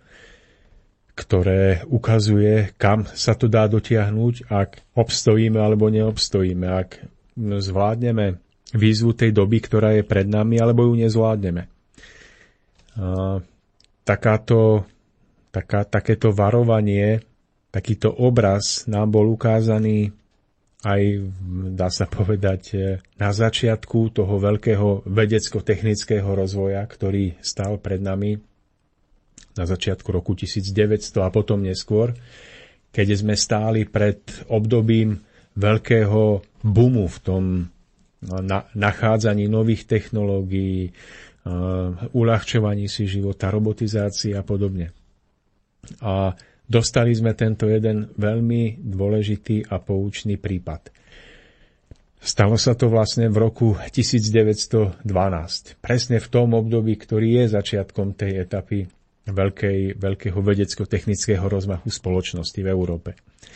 ktoré ukazuje, kam sa to dá dotiahnuť, ak obstojíme alebo neobstojíme, ak zvládneme výzvu tej doby, ktorá je pred nami, alebo ju nezvládneme. A takáto Taká, takéto varovanie, takýto obraz nám bol ukázaný aj, dá sa povedať, na začiatku toho veľkého vedecko-technického rozvoja, ktorý stál pred nami na začiatku roku tisícdeväťsto a potom neskôr, keď sme stáli pred obdobím veľkého boomu v tom na, nachádzaní nových technológií, uľahčovaní si života, robotizácii a podobne. A dostali sme tento jeden veľmi dôležitý a poučný prípad. Stalo sa to vlastne v roku tisícdeväťsto dvanásť. Presne v tom období, ktorý je začiatkom tej etapy veľkej, veľkého vedecko-technického rozmachu spoločnosti v Európe.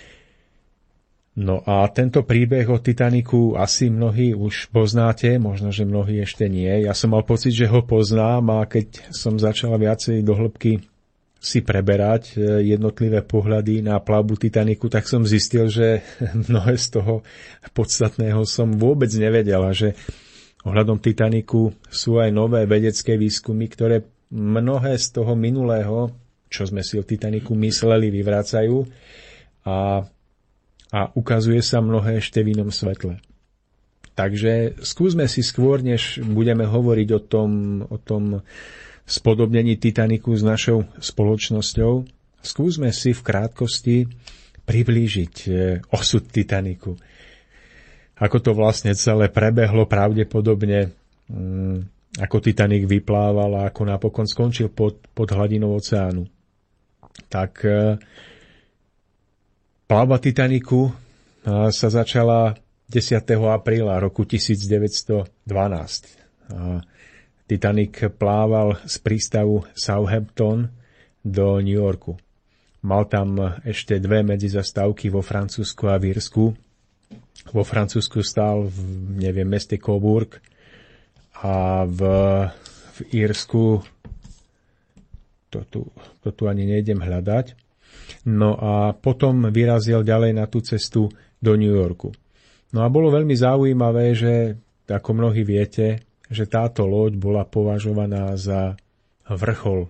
No a tento príbeh o Titaniku asi mnohí už poznáte, možno, že mnohí ešte nie. Ja som mal pocit, že ho poznám a keď som začal viacej do hĺbky si preberať jednotlivé pohľady na plavbu Titaniku, tak som zistil, že mnohé z toho podstatného som vôbec nevedel a že ohľadom Titaniku sú aj nové vedecké výskumy, ktoré mnohé z toho minulého, čo sme si o Titaniku mysleli, vyvracajú a, a ukazuje sa mnohé ešte v inom svetle. Takže skúsme si skôr, než budeme hovoriť o tom, o tom spodobnení Titaniku s našou spoločnosťou, skúsme si v krátkosti priblížiť osud Titaniku. Ako to vlastne celé prebehlo pravdepodobne, ako Titanic vyplával a ako napokon skončil pod, pod hladinou oceánu. Tak plavba Titaniku sa začala desiateho apríla roku tisícdeväťstodvanásť. Titanic plával z prístavu Southampton do New Yorku. Mal tam ešte dve medzizastávky vo Francúzsku a v Írsku. Vo Francúzsku stál v, neviem, meste Coburg a v, v Írsku to tu, to tu ani nejdem hľadať. No a potom vyrazil ďalej na tú cestu do New Yorku. No a bolo veľmi zaujímavé, že ako mnohí viete, že táto loď bola považovaná za vrchol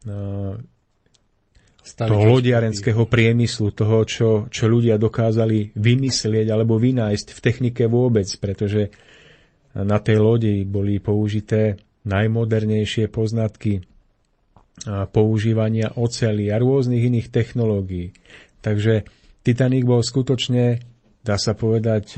toho lodiarenského priemyslu, toho, čo, čo ľudia dokázali vymyslieť alebo vynájsť v technike vôbec, pretože na tej lodi boli použité najmodernejšie poznatky používania oceli a rôznych iných technológií. Takže Titanic bol skutočne, dá sa povedať,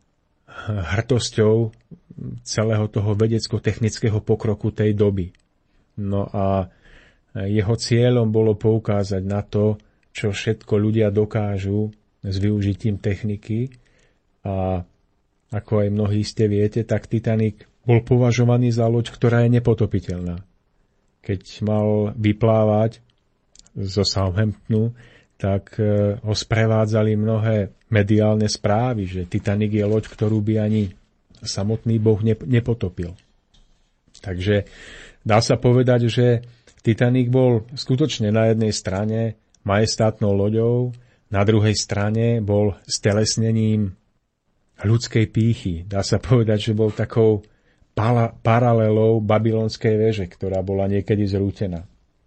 hrdosťou celého toho vedecko-technického pokroku tej doby. No a jeho cieľom bolo poukázať na to, čo všetko ľudia dokážu s využitím techniky. A ako aj mnohí ste viete, tak Titanic bol považovaný za loď, ktorá je nepotopiteľná. Keď mal vyplávať zo Southamptonu, tak ho sprevádzali mnohé mediálne správy, že Titanic je loď, ktorú by ani samotný Boh nepotopil. Takže dá sa povedať, že Titanic bol skutočne na jednej strane majestátnou loďou, na druhej strane bol stelesnením ľudskej pýchy. Dá sa povedať, že bol takou pala, paralelou babylonskej veže, ktorá bola niekedy zrútená.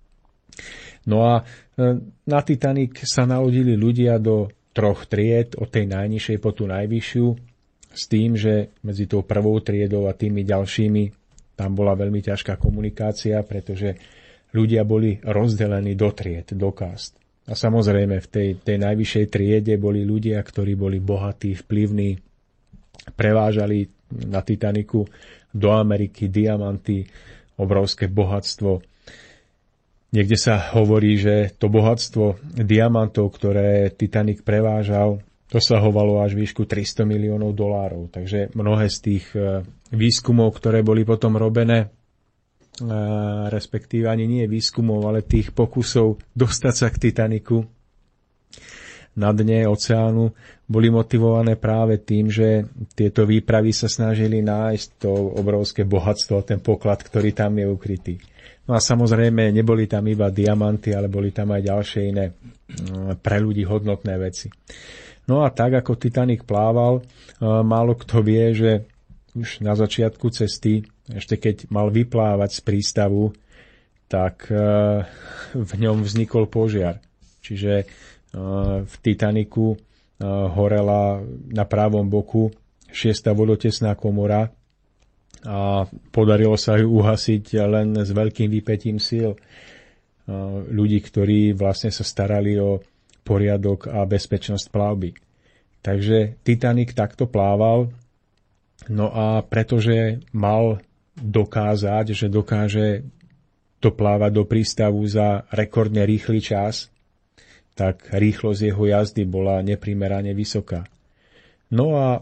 No a na Titanic sa nalodili ľudia do troch tried, od tej najnižšej po tú najvyššiu, s tým, že medzi tou prvou triedou a tými ďalšími tam bola veľmi ťažká komunikácia, pretože ľudia boli rozdelení do tried, do kast. A samozrejme v tej, tej najvyššej triede boli ľudia, ktorí boli bohatí, vplyvní, prevážali na Titaniku do Ameriky diamanty, obrovské bohatstvo. Niekde sa hovorí, že to bohatstvo diamantov, ktoré Titanic prevážal, dosahovalo až výšku tristo miliónov dolárov. Takže mnohé z tých výskumov, ktoré boli potom robené, respektíve ani nie výskumov, ale tých pokusov dostať sa k Titaniku na dne oceánu, boli motivované práve tým, že tieto výpravy sa snažili nájsť to obrovské bohatstvo, ten poklad, ktorý tam je ukrytý. No a samozrejme, neboli tam iba diamanty, ale boli tam aj ďalšie iné pre ľudí hodnotné veci. No a tak, ako Titanic plával, málo kto vie, že už na začiatku cesty, ešte keď mal vyplávať z prístavu, tak v ňom vznikol požiar. Čiže v Titanicu horela na pravom boku šiesta vodotesná komora a podarilo sa ju uhasiť len s veľkým výpätím síl ľudí, ktorí vlastne sa starali o poriadok a bezpečnosť plavby. Takže Titanic takto plával, no a pretože mal dokázať, že dokáže doplávať do prístavu za rekordne rýchly čas, tak rýchlosť jeho jazdy bola neprimerane vysoká. No a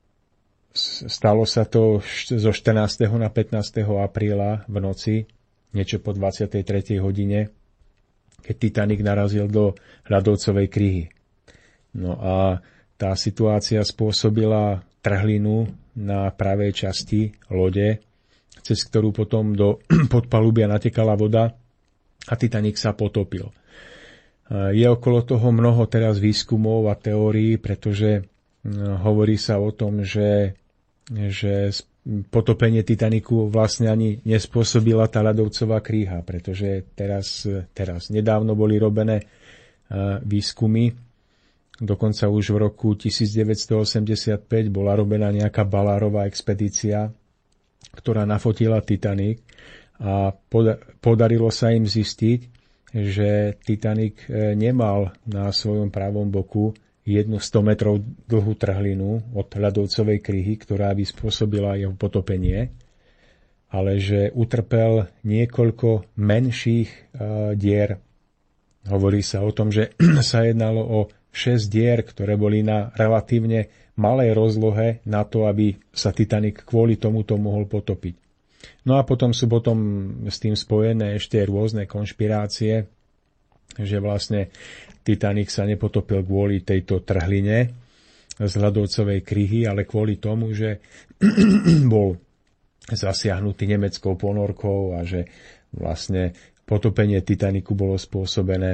stalo sa to zo štrnásteho na pätnásteho apríla v noci, niečo po dvadsiatej tretej hodine, keď Titanic narazil do ľadovcovej kryhy. No a tá situácia spôsobila trhlinu na pravej časti lode, cez ktorú potom do podpalubia natekala voda a Titanic sa potopil. Je okolo toho mnoho teraz výskumov a teórií, pretože hovorí sa o tom, že, že potopenie Titanicu vlastne ani nespôsobila tá ľadovcová kríha, pretože teraz, teraz nedávno boli robené výskumy. Dokonca už v roku devätnásťstoosemdesiatpäť bola robená nejaká balárová expedícia, ktorá nafotila Titanic a podarilo sa im zistiť, že Titanic nemal na svojom pravom boku jednu sto metrov dlhú trhlinu od ľadovcovej kryhy, ktorá by spôsobila jeho potopenie, ale že utrpel niekoľko menších dier. Hovorí sa o tom, že sa jednalo o šesť dier, ktoré boli na relatívne malej rozlohe na to, aby sa Titanic kvôli tomuto mohol potopiť. No a potom sú potom s tým spojené ešte rôzne konšpirácie, že vlastne Titanic sa nepotopil kvôli tejto trhline z ľadovcovej kryhy, ale kvôli tomu, že bol zasiahnutý nemeckou ponorkou a že vlastne potopenie Titanicu bolo spôsobené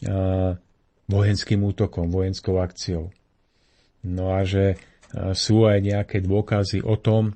vojenským útokom, vojenskou akciou. No a že sú aj nejaké dôkazy o tom,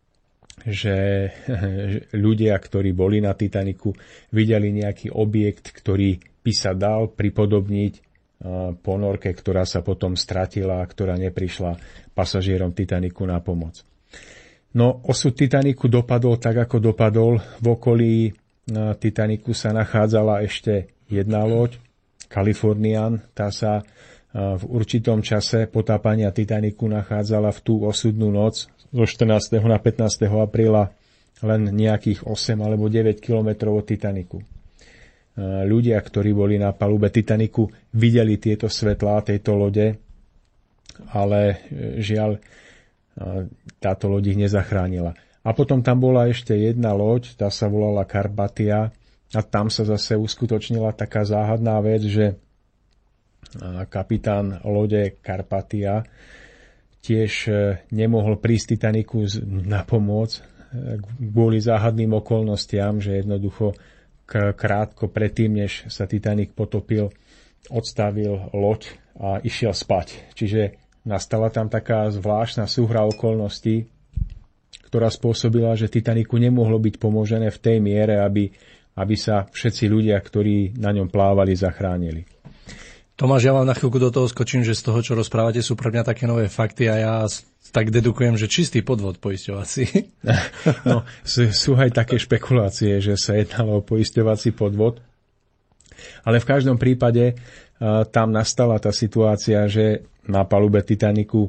že ľudia, ktorí boli na Titanicu, videli nejaký objekt, ktorý by sa dal pripodobniť ponorke, ktorá sa potom stratila a ktorá neprišla pasažierom Titanicu na pomoc. No, osud Titanicu dopadol tak, ako dopadol. V okolí Titanicu sa nachádzala ešte jedna loď, Californian. Tá sa v určitom čase potápania Titanicu nachádzala v tú osudnú noc zo štrnásteho na pätnásteho apríla len nejakých osem alebo deväť kilometrov od Titanicu. Ľudia, ktorí boli na palube Titanicu, videli tieto svetlá tejto lode, ale žiaľ, táto loď ich nezachránila. A potom tam bola ešte jedna loď, tá sa volala Carpathia, a tam sa zase uskutočnila taká záhadná vec, že kapitán lode Carpathia tiež nemohol prísť Titanicu na pomoc kvôli záhadným okolnostiam, že jednoducho krátko predtým, než sa Titanic potopil, odstavil loď a išiel spať. Čiže nastala tam taká zvláštna súhra okolností, ktorá spôsobila, že Titanicu nemohlo byť pomožené v tej miere, aby, aby sa všetci ľudia, ktorí na ňom plávali, zachránili. Tomáš, ja vám na chvíľku do toho skočím, že z toho, čo rozprávate, sú pre mňa také nové fakty a ja tak dedukujem, že čistý podvod poisťovací. No, sú, sú aj také špekulácie, že sa jednalo o poisťovací podvod. Ale v každom prípade uh, tam nastala tá situácia, že na palube Titanicu uh,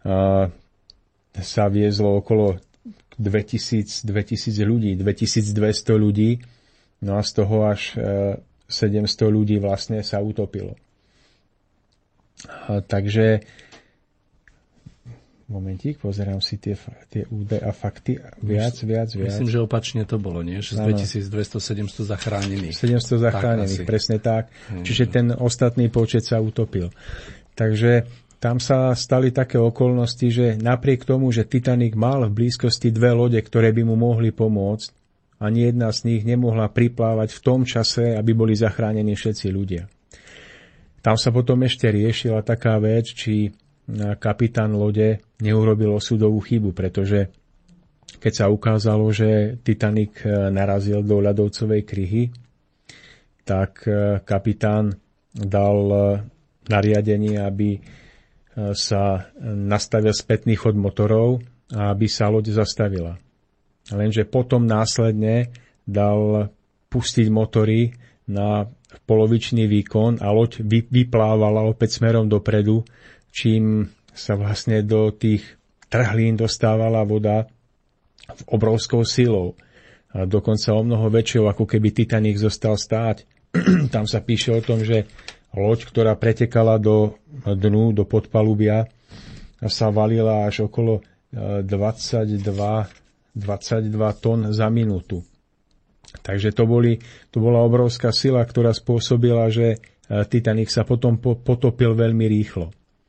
sa viezlo okolo dvetisíc, dvetisíc ľudí, dvetisícdvesto ľudí, no a z toho až uh, sedemsto ľudí vlastne sa utopilo. Uh, takže momentík, pozerám si tie, tie údaje a fakty. Viac, viac, viac. Myslím, že opačne to bolo, nie? Že z dvetisícdvesto sedemsto zachránených. sedemsto zachránených, tak, presne tak. Hmm. Čiže ten ostatný počet sa utopil. Takže tam sa stali také okolnosti, že napriek tomu, že Titanic mal v blízkosti dve lode, ktoré by mu mohli pomôcť, ani jedna z nich nemohla priplávať v tom čase, aby boli zachránení všetci ľudia. Tam sa potom ešte riešila taká vec, či kapitán lode neurobil osudovú chybu, pretože keď sa ukázalo, že Titanic narazil do ľadovcovej kryhy, tak kapitán dal nariadenie, aby sa nastavil spätný chod motorov a aby sa loď zastavila. Lenže potom následne dal pustiť motory na polovičný výkon a loď vyplávala opäť smerom dopredu, čím sa vlastne do tých trhlín dostávala voda v obrovskou silou. A dokonca o mnoho väčšou, ako keby Titanic zostal stáť. Tam sa píše o tom, že loď, ktorá pretekala do dnu, do podpalubia, sa valila až okolo dvadsaťdva, dvadsaťdva tón za minútu. Takže to, boli, to bola obrovská sila, ktorá spôsobila, že Titanic sa potom potopil veľmi rýchlo.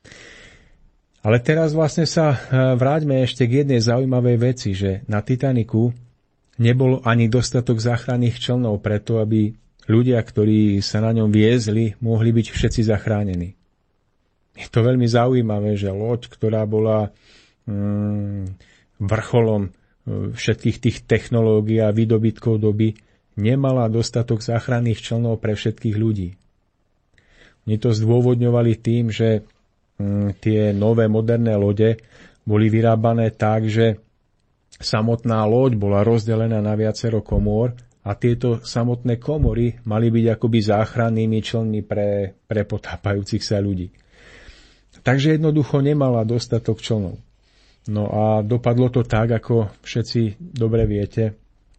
Ale teraz vlastne sa vráťme ešte k jednej zaujímavej veci, že na Titanicu nebolo ani dostatok záchranných člnov preto, aby ľudia, ktorí sa na ňom viezli, mohli byť všetci zachránení. Je to veľmi zaujímavé, že loď, ktorá bola mm, vrcholom všetkých tých technológií a výdobytkov doby, nemala dostatok záchranných člnov pre všetkých ľudí. Oni to zdôvodňovali tým, že tie nové moderné lode boli vyrábané tak, že samotná loď bola rozdelená na viacero komôr a tieto samotné komory mali byť akoby záchrannými člnmi pre, pre potápajúcich sa ľudí. Takže jednoducho nemala dostatok člnov. No a dopadlo to tak, ako všetci dobre viete,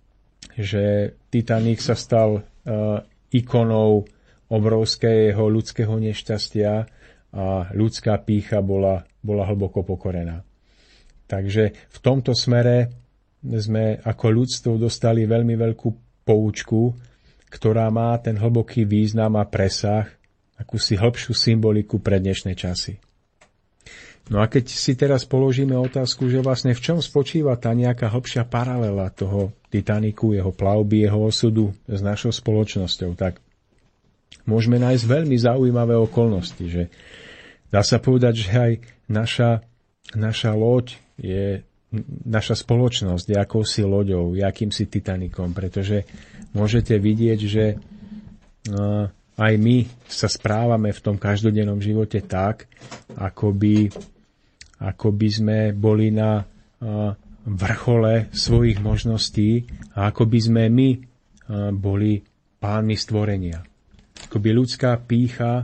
že Titanic sa stal uh, ikonou obrovského ľudského nešťastia a ľudská pýcha bola, bola hlboko pokorená. Takže v tomto smere sme ako ľudstvo dostali veľmi veľkú poučku, ktorá má ten hlboký význam a presah, akúsi hĺbšiu symboliku pre dnešné časy. No a keď si teraz položíme otázku, že vlastne v čom spočíva tá nejaká hĺbšia paralela toho Titaniku, jeho plavby, jeho osudu s našou spoločnosťou, tak môžeme nájsť veľmi zaujímavé okolnosti, že dá sa povedať, že aj naša, naša loď je, naša spoločnosť je akousi loďou, je akýmsi Titanikom, pretože môžete vidieť, že aj my sa správame v tom každodennom živote tak, ako by, ako by sme boli na vrchole svojich možností a ako by sme my boli pánmi stvorenia. Ako by ľudská pýcha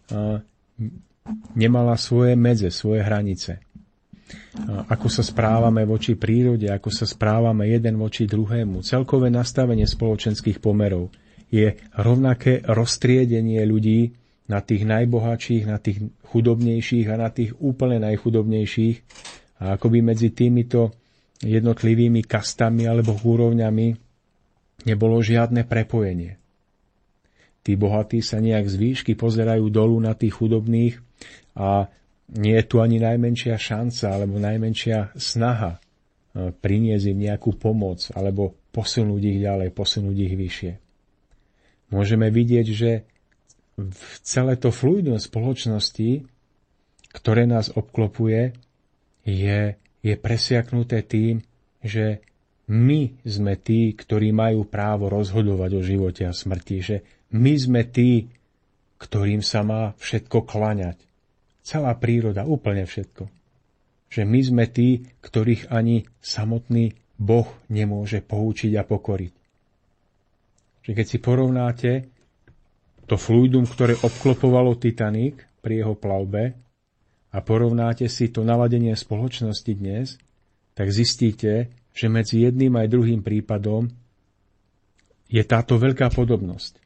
nemala svoje medze, svoje hranice. Ako sa správame voči prírode, ako sa správame jeden voči druhému. Celkové nastavenie spoločenských pomerov je rovnaké roztriedenie ľudí na tých najbohatších, na tých chudobnejších a na tých úplne najchudobnejších. A akoby medzi týmito jednotlivými kastami alebo úrovňami nebolo žiadne prepojenie. Tí bohatí sa nejak z výšky pozerajú dolu na tých chudobných a nie je tu ani najmenšia šanca alebo najmenšia snaha priniesť im nejakú pomoc alebo posunúť ich ďalej, posunúť ich vyššie. Môžeme vidieť, že v celé to fluidum spoločnosti, ktoré nás obklopuje, je, je presiaknuté tým, že my sme tí, ktorí majú právo rozhodovať o živote a smrti, že my sme tí, ktorým sa má všetko klaňať. Celá príroda, úplne všetko. Že my sme tí, ktorých ani samotný Boh nemôže poučiť a pokoriť. Že keď si porovnáte to fluidum, ktoré obklopovalo Titanic pri jeho plavbe a porovnáte si to naladenie spoločnosti dnes, tak zistíte, že medzi jedným aj druhým prípadom je táto veľká podobnosť.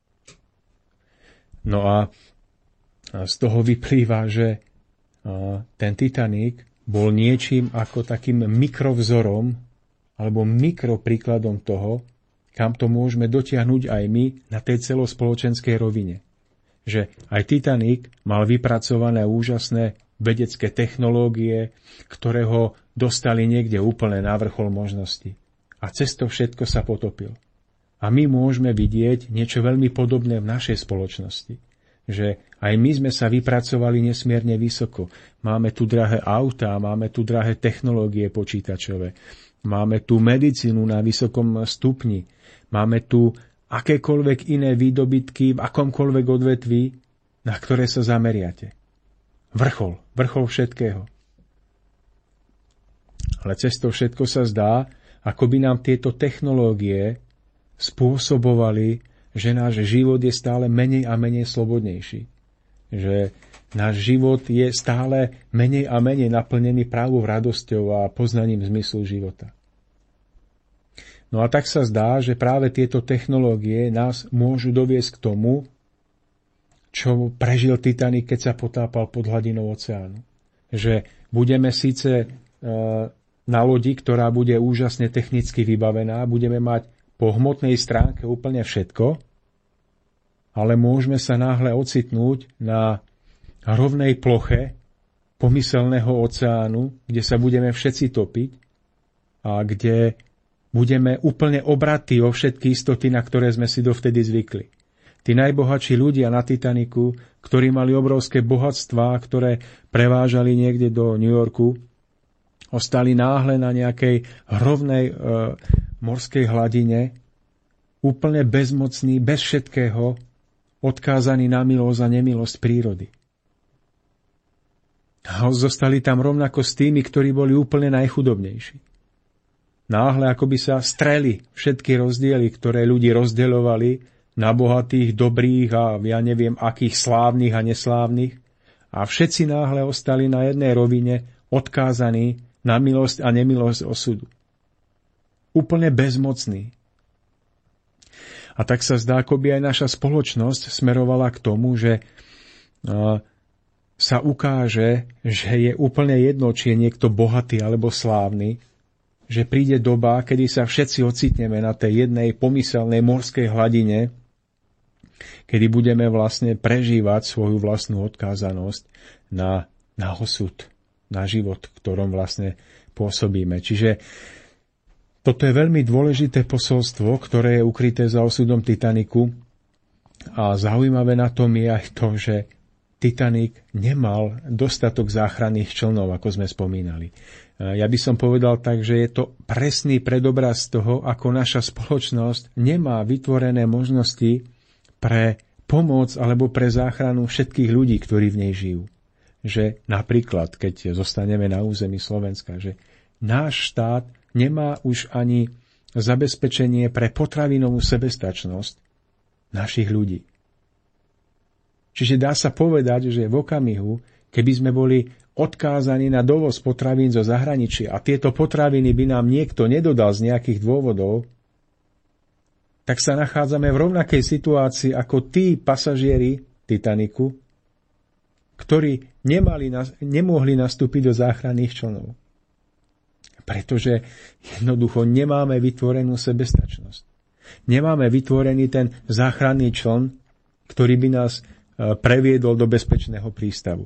No a z toho vyplýva, že ten Titanic bol niečím ako takým mikrovzorom alebo mikropríkladom toho, kam to môžeme dotiahnuť aj my na tej celospoločenskej rovine. Že aj Titanic mal vypracované úžasné vedecké technológie, ktoré ho dostali niekde úplne na vrchol možnosti. A cez to všetko sa potopil. A my môžeme vidieť niečo veľmi podobné v našej spoločnosti. Že aj my sme sa vypracovali nesmierne vysoko. Máme tu drahé autá, máme tu drahé technológie počítačové, máme tu medicínu na vysokom stupni, máme tu akékoľvek iné výdobytky v akomkoľvek odvetví, na ktoré sa zameriate. Vrchol, vrchol všetkého. Ale cez to všetko sa zdá, ako by nám tieto technológie spôsobovali, že náš život je stále menej a menej slobodnejší. Že náš život je stále menej a menej naplnený právou radosťou a poznaním zmyslu života. No a tak sa zdá, že práve tieto technológie nás môžu doviesť k tomu, čo prežil Titanic, keď sa potápal pod hladinou oceánu. Že budeme síce e, na lodi, ktorá bude úžasne technicky vybavená, budeme mať po hmotnej stránke úplne všetko, ale môžeme sa náhle ocitnúť na rovnej ploche pomyselného oceánu, kde sa budeme všetci topiť a kde budeme úplne obratí o všetky istoty, na ktoré sme si dovtedy zvykli. Tí najbohatší ľudia na Titaniku, ktorí mali obrovské bohatstvá, ktoré prevážali niekde do New Yorku, ostali náhle na nejakej rovnej e, morskej hladine, úplne bezmocní, bez všetkého, odkázaní na milosť a nemilosť prírody. A zostali tam rovnako s tými, ktorí boli úplne najchudobnejší. Náhle akoby sa streli všetky rozdiely, ktoré ľudí rozdeľovali na bohatých, dobrých a ja neviem akých slávnych a neslávnych, a všetci náhle ostali na jednej rovine odkázaní na milosť a nemilosť osudu. Úplne bezmocní. A tak sa zdá, ako by aj naša spoločnosť smerovala k tomu, že sa ukáže, že je úplne jedno, či je niekto bohatý alebo slávny, že príde doba, kedy sa všetci ocitneme na tej jednej pomyselnej morskej hladine, kedy budeme vlastne prežívať svoju vlastnú odkázanosť na, na osud, na život, v ktorom vlastne pôsobíme. Čiže toto je veľmi dôležité posolstvo, ktoré je ukryté za osudom Titaniku. A zaujímavé na tom je aj to, že Titanic nemal dostatok záchranných člnov, ako sme spomínali. Ja by som povedal tak, že je to presný predobraz toho, ako naša spoločnosť nemá vytvorené možnosti pre pomoc alebo pre záchranu všetkých ľudí, ktorí v nej žijú. Že napríklad, keď zostaneme na území Slovenska, že náš štát nemá už ani zabezpečenie pre potravinovú sebestačnosť našich ľudí. Čiže dá sa povedať, že v okamihu, keby sme boli odkázaní na dovoz potravín zo zahraničia a tieto potraviny by nám niekto nedodal z nejakých dôvodov, tak sa nachádzame v rovnakej situácii ako tí pasažieri Titaniku, ktorí nemali, nemohli nastúpiť do záchranných člnov. Pretože jednoducho nemáme vytvorenú sebestačnosť. Nemáme vytvorený ten záchranný čln, ktorý by nás previedol do bezpečného prístavu.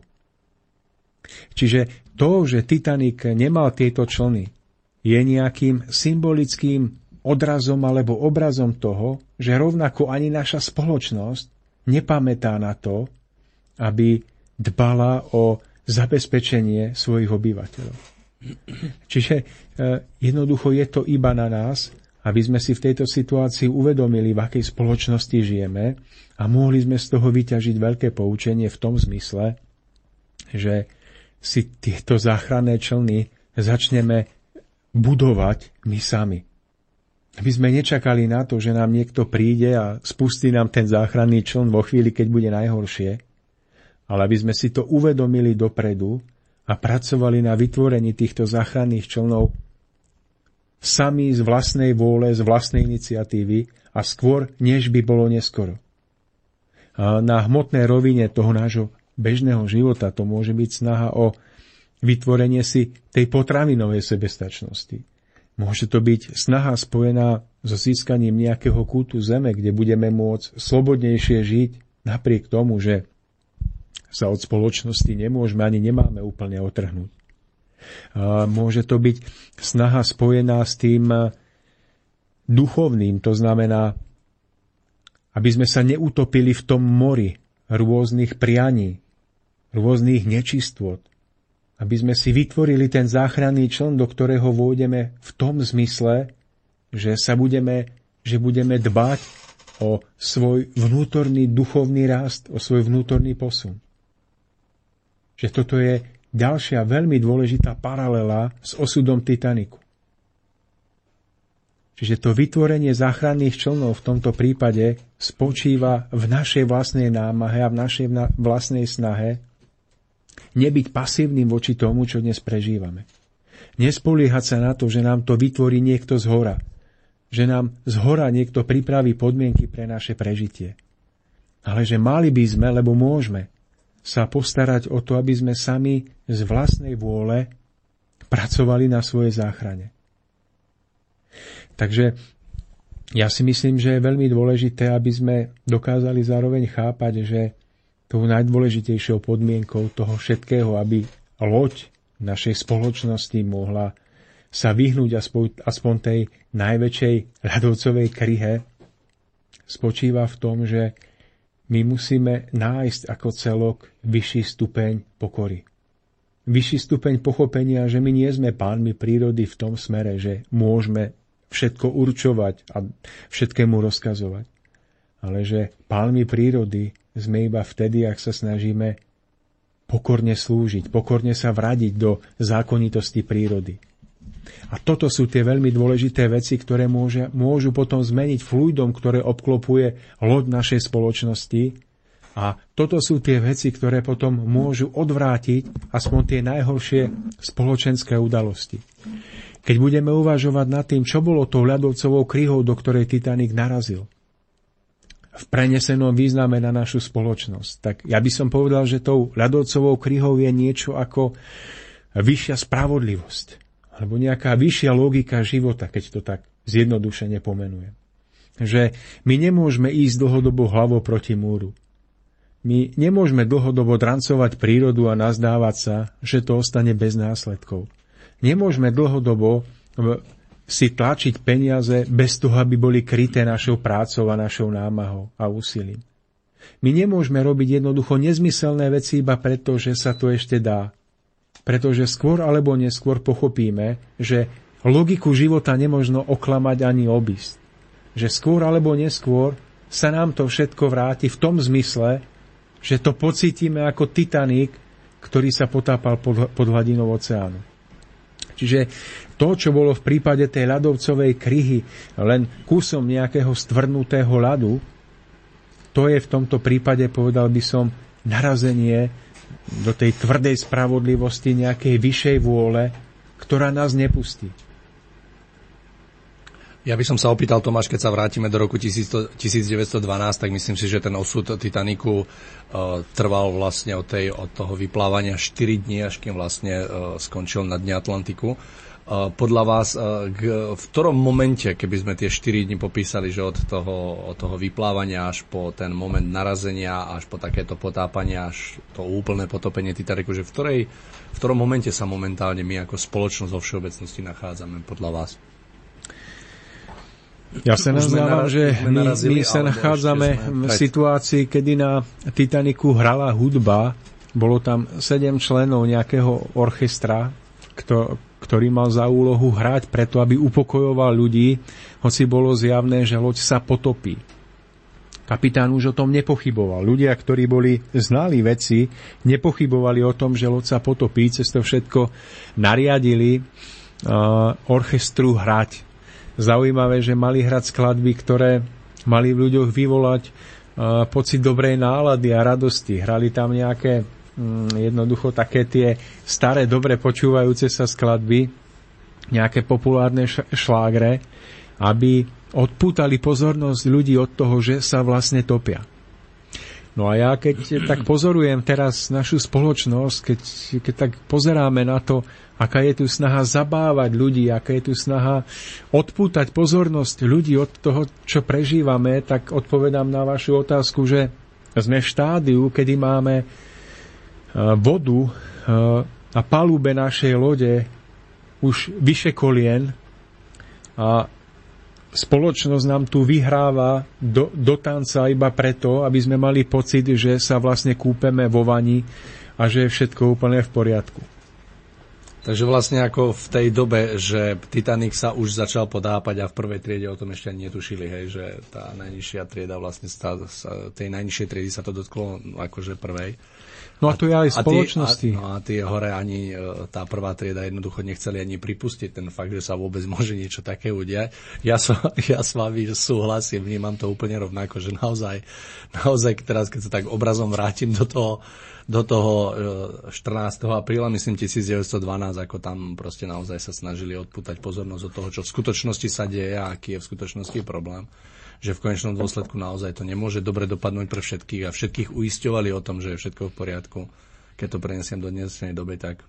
Čiže to, že Titanic nemal tieto člny, je nejakým symbolickým odrazom alebo obrazom toho, že rovnako ani naša spoločnosť nepamätá na to, aby dbala o zabezpečenie svojich obyvateľov. Čiže jednoducho je to iba na nás, aby sme si v tejto situácii uvedomili, v akej spoločnosti žijeme a mohli sme z toho vyťažiť veľké poučenie v tom zmysle, že si tieto záchranné člny začneme budovať my sami. Aby sme nečakali na to, že nám niekto príde a spustí nám ten záchranný čln vo chvíli, keď bude najhoršie, ale aby sme si to uvedomili dopredu a pracovali na vytvorení týchto záchranných člnov sami z vlastnej vôle, z vlastnej iniciatívy a skôr, než by bolo neskoro. A na hmotnej rovine toho nášho bežného života to môže byť snaha o vytvorenie si tej potravinovej sebestačnosti. Môže to byť snaha spojená so získaním nejakého kútu zeme, kde budeme môcť slobodnejšie žiť, napriek tomu, že sa od spoločnosti nemôžeme ani nemáme úplne otrhnúť. Môže to byť snaha spojená s tým duchovným, to znamená, aby sme sa neutopili v tom mori rôznych prianí, rôznych nečistôt, aby sme si vytvorili ten záchranný čln, do ktorého vôjdeme v tom zmysle, že sa budeme, že budeme dbať o svoj vnútorný duchovný rast, o svoj vnútorný posun. Že toto je ďalšia veľmi dôležitá paralela s osudom Titaniku. Čiže to vytvorenie záchranných člnov v tomto prípade spočíva v našej vlastnej námahe a v našej vlastnej snahe nebyť pasívnym voči tomu, čo dnes prežívame. Nespoliehať sa na to, že nám to vytvorí niekto zhora. Že nám zhora niekto pripraví podmienky pre naše prežitie. Ale že mali by sme, lebo môžeme, sa postarať o to, aby sme sami z vlastnej vôle pracovali na svojej záchrane. Takže ja si myslím, že je veľmi dôležité, aby sme dokázali zároveň chápať, že tou najdôležitejšou podmienkou toho všetkého, aby loď našej spoločnosti mohla sa vyhnúť aspoň, aspoň tej najväčšej ľadovcovej kryhe, spočíva v tom, že my musíme nájsť ako celok vyšší stupeň pokory. Vyšší stupeň pochopenia, že my nie sme pánmi prírody v tom smere, že môžeme všetko určovať a všetkému rozkazovať. Ale že pánmi prírody sme iba vtedy, ak sa snažíme pokorne slúžiť, pokorne sa vradiť do zákonitosti prírody. A toto sú tie veľmi dôležité veci, ktoré môže, môžu potom zmeniť fluidom, ktoré obklopuje loď našej spoločnosti. A toto sú tie veci, ktoré potom môžu odvrátiť aspoň tie najhoršie spoločenské udalosti. Keď budeme uvažovať nad tým, čo bolo tou ľadovcovou kryhou, do ktorej Titanic narazil. v prenesenom význame na našu spoločnosť. Tak ja by som povedal, že tou ľadovcovou kryhou je niečo ako vyššia spravodlivosť, alebo nejaká vyššia logika života, keď to tak zjednodušene pomenujem. Že my nemôžeme ísť dlhodobo hlavou proti múru. My nemôžeme dlhodobo drancovať prírodu a nazdávať sa, že to ostane bez následkov. Nemôžeme dlhodobo si tlačiť peniaze bez toho, aby boli kryté našou prácou a našou námahou a úsilím. My nemôžeme robiť jednoducho nezmyselné veci iba preto, že sa to ešte dá. Pretože skôr alebo neskôr pochopíme, že logiku života nemožno oklamať ani obísť. Že skôr alebo neskôr sa nám to všetko vráti v tom zmysle, že to pocítime ako Titanic, ktorý sa potápal pod, pod hladinou oceánu. Čiže to, čo bolo v prípade tej ľadovcovej kryhy len kusom nejakého stvrdnutého ľadu, to je v tomto prípade, povedal by som, narazenie do tej tvrdej spravodlivosti nejakej vyššej vôle, ktorá nás nepustí. Ja by som sa opýtal, Tomáš, keď sa vrátime do roku devätnásť dvanásť, tak myslím si, že ten osud Titaniku uh, trval vlastne od, tej, od toho vyplávania štyri dní, až kým vlastne uh, skončil na dne Atlantiku. Uh, podľa vás, uh, k, v ktorom momente, keby sme tie štyri dni popísali, že od toho, od toho vyplávania až po ten moment narazenia, až po takéto potápanie, až to úplné potopenie Titaniku, že v, ktorej, v ktorom momente sa momentálne my ako spoločnosť vo všeobecnosti nachádzame podľa vás? Ja sa nazdávam, že my, my sa nachádzame v situácii, kedy na Titaniku hrala hudba. Bolo tam sedem členov nejakého orchestra, kto, ktorý mal za úlohu hrať preto, aby upokojoval ľudí, hoci bolo zjavné, že loď sa potopí. Kapitán už o tom nepochyboval. Ľudia, ktorí boli znali veci, nepochybovali o tom, že loď sa potopí. Cez to všetko nariadili uh, orchestru hrať. Zaujímavé, že mali hrať skladby, ktoré mali v ľuďoch vyvolať uh, pocit dobrej nálady a radosti. Hrali tam nejaké um, jednoducho také tie staré, dobre počúvajúce sa skladby, nejaké populárne š- šlágre, aby odpútali pozornosť ľudí od toho, že sa vlastne topia. No a ja keď tak pozorujem teraz našu spoločnosť, keď, keď tak pozeráme na to, aká je tu snaha zabávať ľudí, aká je tu snaha odpútať pozornosť ľudí od toho, čo prežívame, tak odpovedám na vašu otázku, že sme v štádiu, kedy máme vodu na palube našej lode už vyše kolien a spoločnosť nám tu vyhráva do, do tanca iba preto, aby sme mali pocit, že sa vlastne kúpeme vo vani a že je všetko úplne v poriadku. Takže vlastne ako v tej dobe, že Titanic sa už začal podápať a v prvej triede o tom ešte ani netušili, hej, že tá najnižšia trieda vlastne sa, sa, tej najnižšej triedy sa to dotklo akože prvej. No a to je aj v spoločnosti. A, a, no a tie hore ani tá prvá trieda jednoducho nechceli ani pripustiť ten fakt, že sa vôbec môže niečo také udiať. Ja, so, ja s vami súhlasím, vnímam to úplne rovnako, že naozaj, naozaj teraz, keď sa tak obrazom vrátim do toho, do toho štrnásteho apríla, myslím devätnásť dvanásť, ako tam proste naozaj sa snažili odpútať pozornosť od toho, čo v skutočnosti sa deje a aký je v skutočnosti problém. Že v konečnom dôsledku naozaj to nemôže dobre dopadnúť pre všetkých a všetkých uisťovali o tom, že je všetko v poriadku. Keď to prenesiem do dnešnej doby, tak...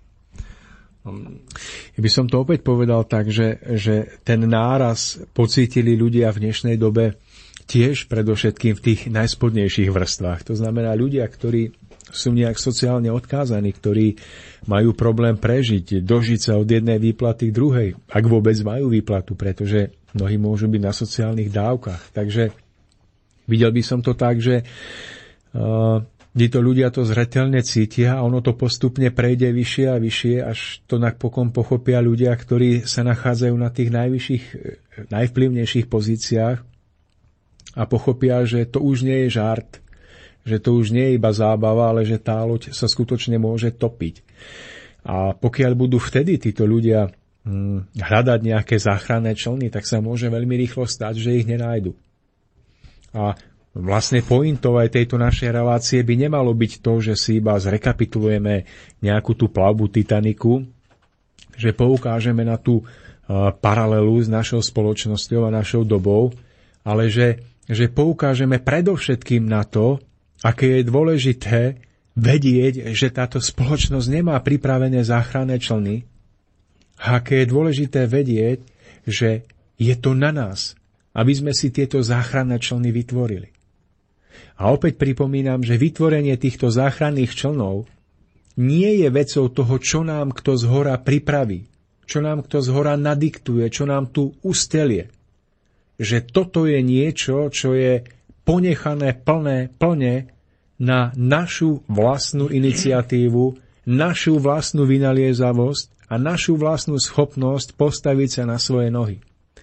Ja by som to opäť povedal tak, že, že ten náraz pocítili ľudia v dnešnej dobe tiež predovšetkým v tých najspodnejších vrstvách. To znamená ľudia, ktorí sú nejak sociálne odkázaní, ktorí majú problém prežiť, dožiť sa od jednej výplaty k druhej, ak vôbec majú výplatu, pretože mnohí môžu byť na sociálnych dávkach. Takže videl by som to tak, že uh, títo ľudia to zreteľne cítia a ono to postupne prejde vyššie a vyššie, až to napokon pochopia ľudia, ktorí sa nachádzajú na tých najvyšších, najvplyvnejších pozíciách a pochopia, že to už nie je žart, že to už nie je iba zábava, ale že tá loď sa skutočne môže topiť. A pokiaľ budú vtedy títo ľudia hm, hľadať nejaké záchranné člny, tak sa môže veľmi rýchlo stať, že ich nenájdu. A vlastne pointou aj tejto našej relácie by nemalo byť to, že si iba zrekapitulujeme nejakú tú plavbu Titaniku, že poukážeme na tú uh, paralelu s našou spoločnosťou a našou dobou, ale že že poukážeme predovšetkým na to, aké je dôležité vedieť, že táto spoločnosť nemá pripravené záchranné člny, a aké je dôležité vedieť, že je to na nás, aby sme si tieto záchranné člny vytvorili. A opäť pripomínam, že vytvorenie týchto záchranných člnov nie je vecou toho, čo nám kto zhora pripraví, čo nám kto zhora nadiktuje, čo nám tu ustelie. Že toto je niečo, čo je ponechané plné, plne na našu vlastnú iniciatívu, našu vlastnú vynaliezavosť a našu vlastnú schopnosť postaviť sa na svoje nohy.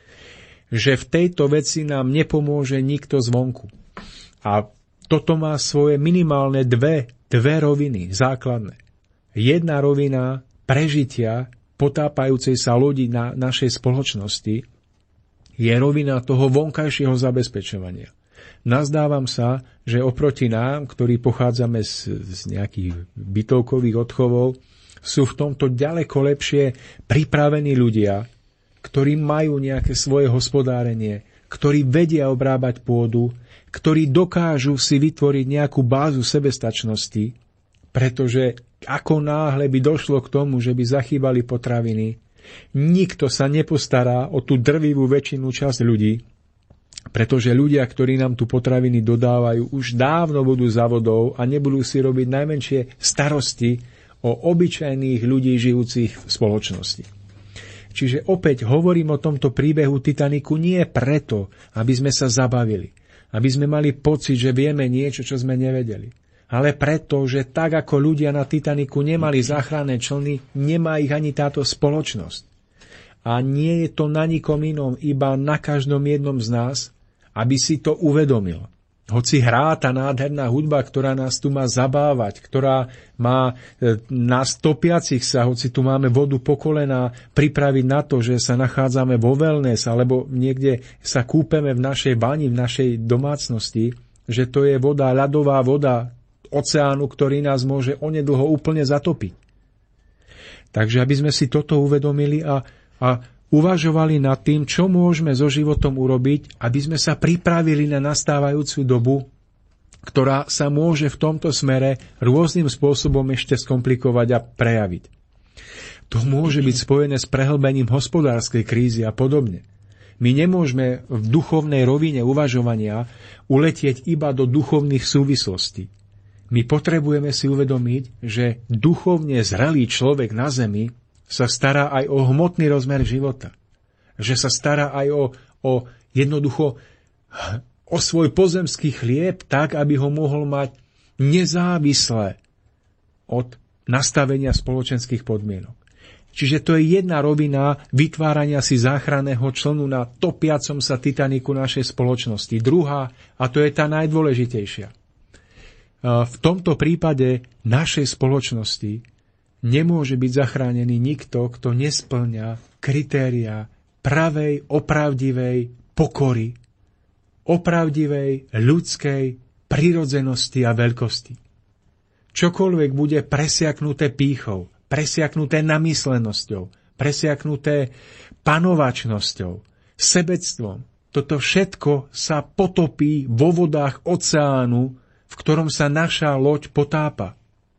Že v tejto veci nám nepomôže nikto zvonku. A toto má svoje minimálne dve, dve roviny základné. Jedna rovina prežitia potápajúcej sa lodi na našej spoločnosti je rovina toho vonkajšieho zabezpečovania. Nazdávam sa, že oproti nám, ktorí pochádzame z, z nejakých bytovkových odchovov, sú v tomto ďaleko lepšie pripravení ľudia, ktorí majú nejaké svoje hospodárenie, ktorí vedia obrábať pôdu, ktorí dokážu si vytvoriť nejakú bázu sebestačnosti, pretože ako náhle by došlo k tomu, že by zachýbali potraviny, nikto sa nepostará o tú drvivú väčšinu časť ľudí, pretože ľudia, ktorí nám tu potraviny dodávajú, už dávno budú za vodou a nebudú si robiť najmenšie starosti o obyčajných ľudí žijúcich v spoločnosti. Čiže opäť hovorím o tomto príbehu Titaniku nie preto, aby sme sa zabavili, aby sme mali pocit, že vieme niečo, čo sme nevedeli, ale preto, že tak ako ľudia na Titaniku nemali záchranné člny, nemá ich ani táto spoločnosť. A nie je to na nikom inom, iba na každom jednom z nás, aby si to uvedomil. Hoci hrá tá nádherná hudba, ktorá nás tu má zabávať, ktorá má nás topiacich sa, hoci tu máme vodu po kolená, pripraviť na to, že sa nachádzame vo wellness, alebo niekde sa kúpeme v našej bani, v našej domácnosti, že to je voda, ľadová voda oceánu, ktorý nás môže onedlho úplne zatopiť. Takže aby sme si toto uvedomili a, a uvažovali nad tým, čo môžeme so životom urobiť, aby sme sa pripravili na nastávajúcu dobu, ktorá sa môže v tomto smere rôznym spôsobom ešte skomplikovať a prejaviť. To môže byť spojené s prehlbením hospodárskej krízy a podobne. My nemôžeme v duchovnej rovine uvažovania uletieť iba do duchovných súvislostí. My potrebujeme si uvedomiť, že duchovne zrelý človek na zemi sa stará aj o hmotný rozmer života. Že sa stará aj o, o jednoducho o svoj pozemský chlieb tak, aby ho mohol mať nezávisle od nastavenia spoločenských podmienok. Čiže to je jedna rovina vytvárania si záchranného člnu na topiacom sa Titaniku našej spoločnosti. Druhá, a to je tá najdôležitejšia. V tomto prípade našej spoločnosti nemôže byť zachránený nikto, kto nespĺňa kritériá pravej, opravdivej pokory, opravdivej ľudskej prirodzenosti a veľkosti. Čokoľvek bude presiaknuté pýchou, presiaknuté namyslenosťou, presiaknuté panovačnosťou, sebectvom, toto všetko sa potopí vo vodách oceánu, v ktorom sa naša loď potápa.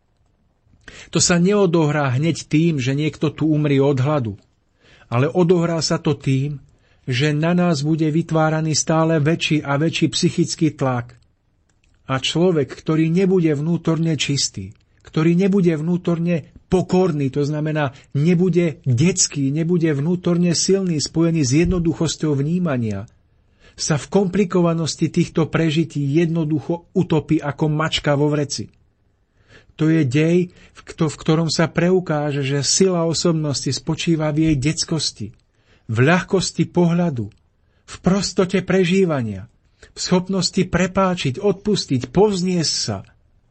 To sa neodohrá hneď tým, že niekto tu umrie od hladu, ale odohrá sa to tým, že na nás bude vytváraný stále väčší a väčší psychický tlak. A človek, ktorý nebude vnútorne čistý, ktorý nebude vnútorne pokorný, to znamená, nebude detský, nebude vnútorne silný, spojený s jednoduchosťou vnímania, sa v komplikovanosti týchto prežití jednoducho utopí ako mačka vo vreci. To je dej, v ktorom sa preukáže, že sila osobnosti spočíva v jej detskosti, v ľahkosti pohľadu, v prostote prežívania, v schopnosti prepáčiť, odpustiť, povzniesť sa.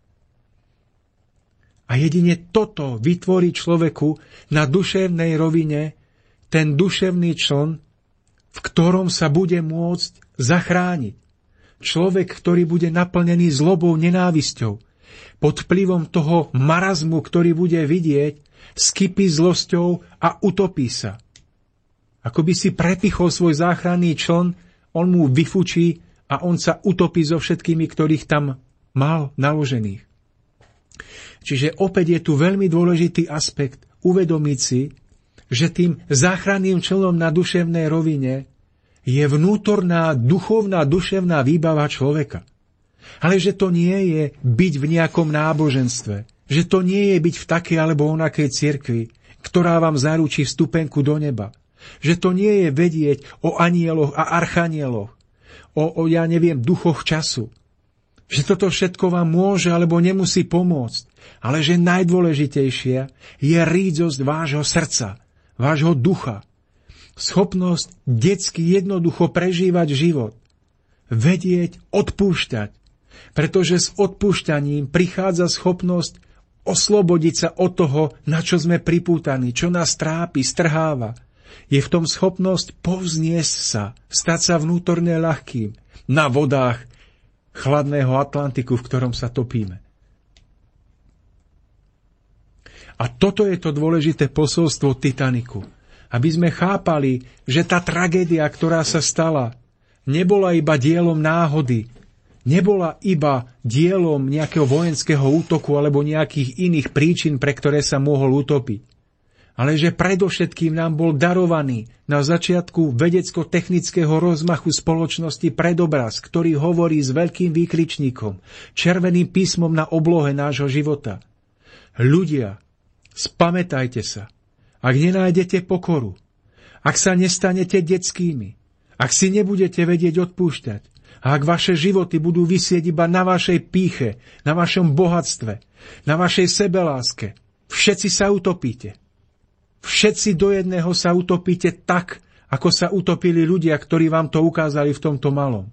A jedine toto vytvorí človeku na duševnej rovine ten duševný čln, v ktorom sa bude môcť zachrániť. Človek, ktorý bude naplnený zlobou, nenávisťou, pod vplyvom toho marazmu, ktorý bude vidieť, skypí zlosťou a utopí sa. Ako by si prepichol svoj záchranný čln, on mu vyfučí a on sa utopí so všetkými, ktorých tam mal naložených. Čiže opäť je tu veľmi dôležitý aspekt uvedomiť si, že tým záchranným člnom na duševnej rovine je vnútorná, duchovná, duševná výbava človeka. Ale že to nie je byť v nejakom náboženstve, že to nie je byť v takej alebo onakej cirkvi, ktorá vám zaručí vstupenku do neba. Že to nie je vedieť o anieloch a archanieloch, o, o ja neviem, duchoch času. Že toto všetko vám môže alebo nemusí pomôcť, ale že najdôležitejšia je rídzosť vášho srdca, vášho ducha. Schopnosť detsky jednoducho prežívať život. Vedieť odpúšťať, pretože s odpúšťaním prichádza schopnosť oslobodiť sa od toho, na čo sme pripútaní, čo nás trápi, strháva. Je v tom schopnosť povzniesť sa, stať sa vnútorne ľahkým na vodách chladného Atlantiku, v ktorom sa topíme. A toto je to dôležité posolstvo Titaniku. Aby sme chápali, že tá tragédia, ktorá sa stala, nebola iba dielom náhody, nebola iba dielom nejakého vojenského útoku alebo nejakých iných príčin, pre ktoré sa mohol utopiť. Ale že predovšetkým nám bol darovaný na začiatku vedecko-technického rozmachu spoločnosti predobraz, ktorý hovorí s veľkým výkričníkom, červeným písmom na oblohe nášho života. Ľudia, spamätajte sa, ak nenájdete pokoru, ak sa nestanete detskými, ak si nebudete vedieť odpúšťať, a ak vaše životy budú visieť iba na vašej pýche, na vašom bohatstve, na vašej sebeláske, všetci sa utopíte. Všetci do jedného sa utopíte tak, ako sa utopili ľudia, ktorí vám to ukázali v tomto malom.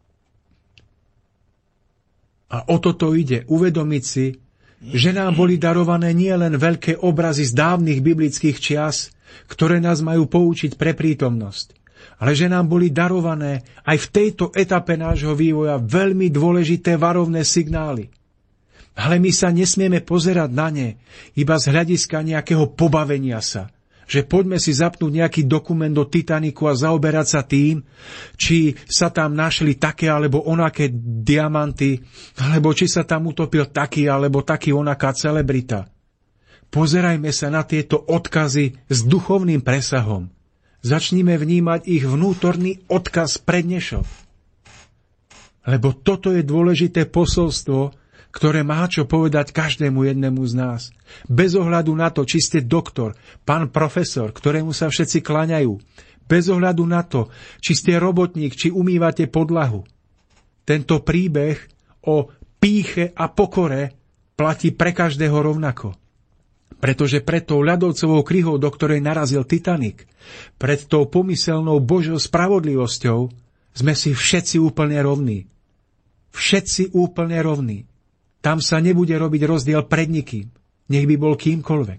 A o toto ide, uvedomiť si, že nám boli darované nie len veľké obrazy z dávnych biblických čias, ktoré nás majú poučiť pre prítomnosť, ale že nám boli darované aj v tejto etape nášho vývoja veľmi dôležité varovné signály. Ale my sa nesmieme pozerať na ne iba z hľadiska nejakého pobavenia sa. Že poďme si zapnúť nejaký dokument o Titaniku a zaoberať sa tým, či sa tam našli také alebo onaké diamanty, alebo či sa tam utopil taký alebo taký onaká celebrita. Pozerajme sa na tieto odkazy s duchovným presahom. Začnime vnímať ich vnútorný odkaz pre dnešok. Lebo toto je dôležité posolstvo, ktoré má čo povedať každému jednému z nás. Bez ohľadu na to, či ste doktor, pán profesor, ktorému sa všetci kláňajú. Bez ohľadu na to, či ste robotník, či umývate podlahu. Tento príbeh o pýche a pokore platí pre každého rovnako. Pretože pred tou ľadovcovou kryhou, do ktorej narazil Titanic, pred tou pomyselnou Božou spravodlivosťou, sme si všetci úplne rovní. Všetci úplne rovní. Tam sa nebude robiť rozdiel pred nikým. Nech by bol kýmkoľvek.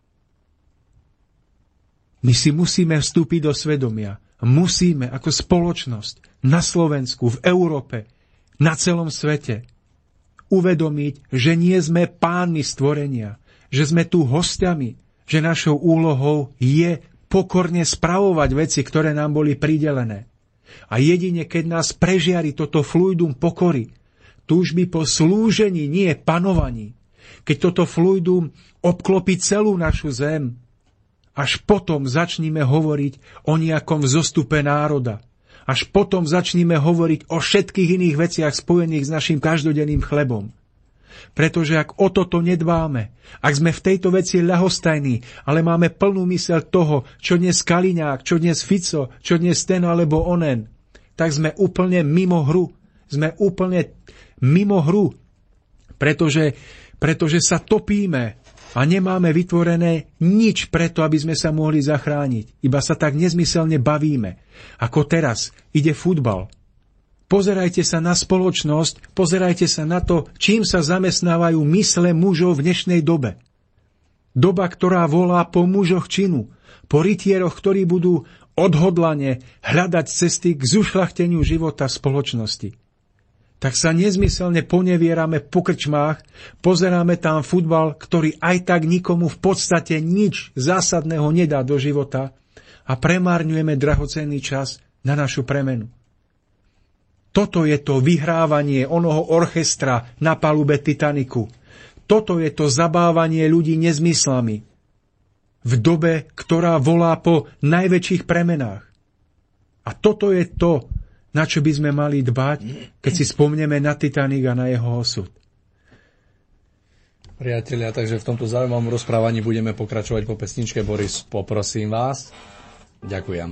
My si musíme vstúpiť do svedomia. Musíme ako spoločnosť na Slovensku, v Európe, na celom svete uvedomiť, že nie sme pánmi stvorenia, že sme tu hostiami, že našou úlohou je pokorne spravovať veci, ktoré nám boli pridelené. A jedine, keď nás prežiari toto fluidum pokory, túžby po slúžení, nie panovaní, keď toto fluidum obklopí celú našu zem, až potom začníme hovoriť o nejakom vzostupe národa. Až potom začníme hovoriť o všetkých iných veciach spojených s našim každodenným chlebom. Pretože ak o toto nedbáme, ak sme v tejto veci ľahostajní, ale máme plnú myseľ toho, čo dnes Kaliňák, čo dnes Fico, čo dnes ten alebo onen, tak sme úplne mimo hru. Sme úplne mimo hru, pretože, pretože sa topíme a nemáme vytvorené nič preto, aby sme sa mohli zachrániť. Iba sa tak nezmyselne bavíme. Ako teraz ide futbal. Pozerajte sa na spoločnosť, pozerajte sa na to, čím sa zamestnávajú mysle mužov v dnešnej dobe. Doba, ktorá volá po mužoch činu, po rytieroch, ktorí budú odhodlane hľadať cesty k zušľachteniu života v spoločnosti. Tak sa nezmyselne ponevierame po krčmách, pozeráme tam futbal, ktorý aj tak nikomu v podstate nič zásadného nedá do života a premárňujeme drahocenný čas na našu premenu. Toto je to vyhrávanie onoho orchestra na palube Titaniku. Toto je to zabávanie ľudí nezmyslami. V dobe, ktorá volá po najväčších premenách. A toto je to, na čo by sme mali dbať, keď si spomneme na Titanic a na jeho osud. Priatelia, takže v tomto zaujímavom rozprávaní budeme pokračovať po pesničke. Boris, poprosím vás. Ďakujem.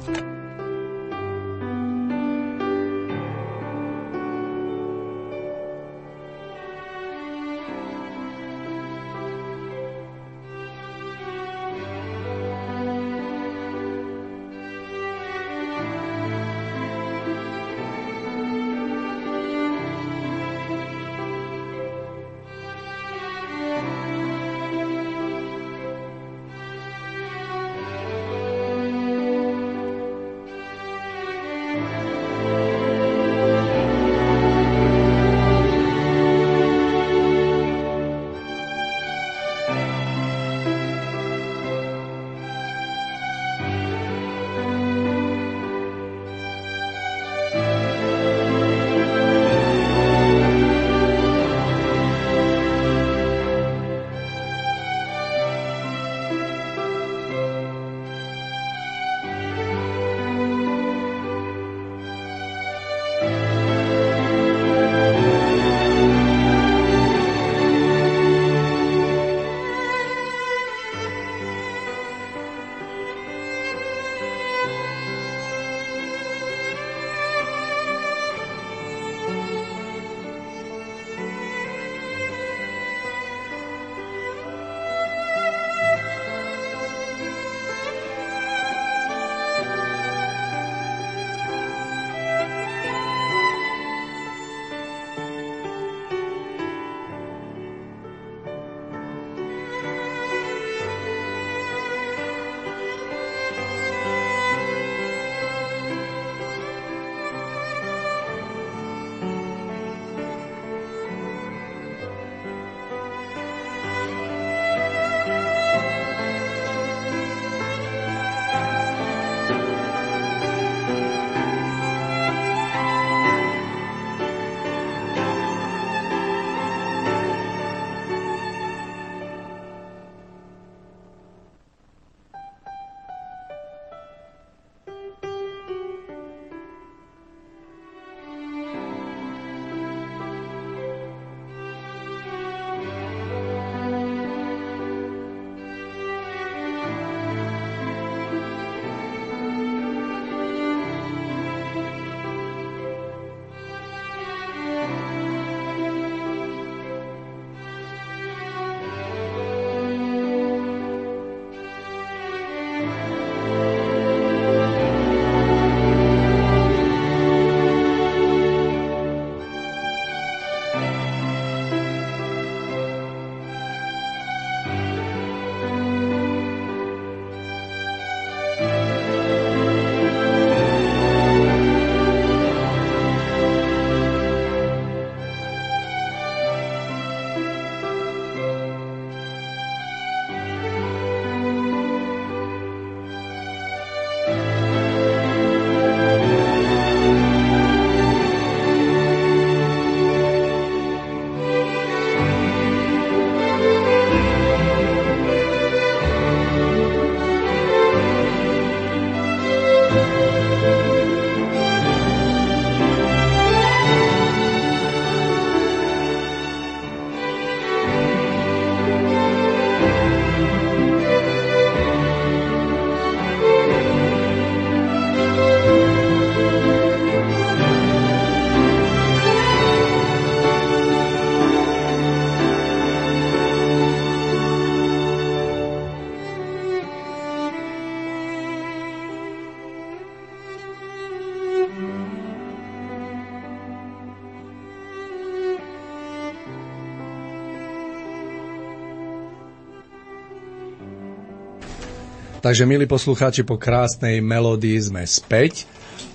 Takže, milí poslucháči, po krásnej melódii sme späť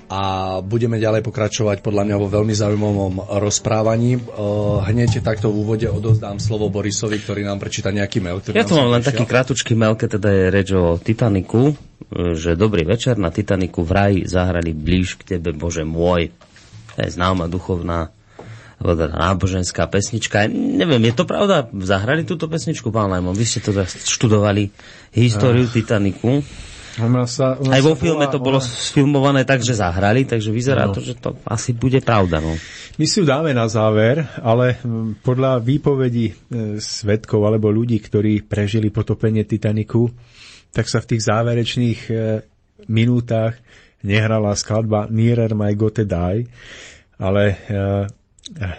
a budeme ďalej pokračovať podľa mňa vo veľmi zaujímavom rozprávaní. Hneď takto v úvode odovzdám slovo Borisovi, ktorý nám prečíta nejaký mail. Ja tu mám len taký krátučký mail, keď teda je reč o Titaniku, že dobrý večer, na Titaniku v raji zahrali Blíž k tebe, Bože môj. To je známa duchovná náboženská pesnička. Neviem, je to pravda? Zahrali túto pesničku, pán Lajmon? Vy ste teda študovali históriu uh. Titaniku. Ona sa, ona Aj vo sa filme bola, to bolo ona... sfilmované tak, že zahrali, takže vyzerá no. to, že to asi bude pravda. No. My si ju dáme na záver, ale podľa výpovedí e, svedkov alebo ľudí, ktorí prežili potopenie Titaniku, tak sa v tých záverečných e, minútach nehrala skladba Nearer My God Die, ale e,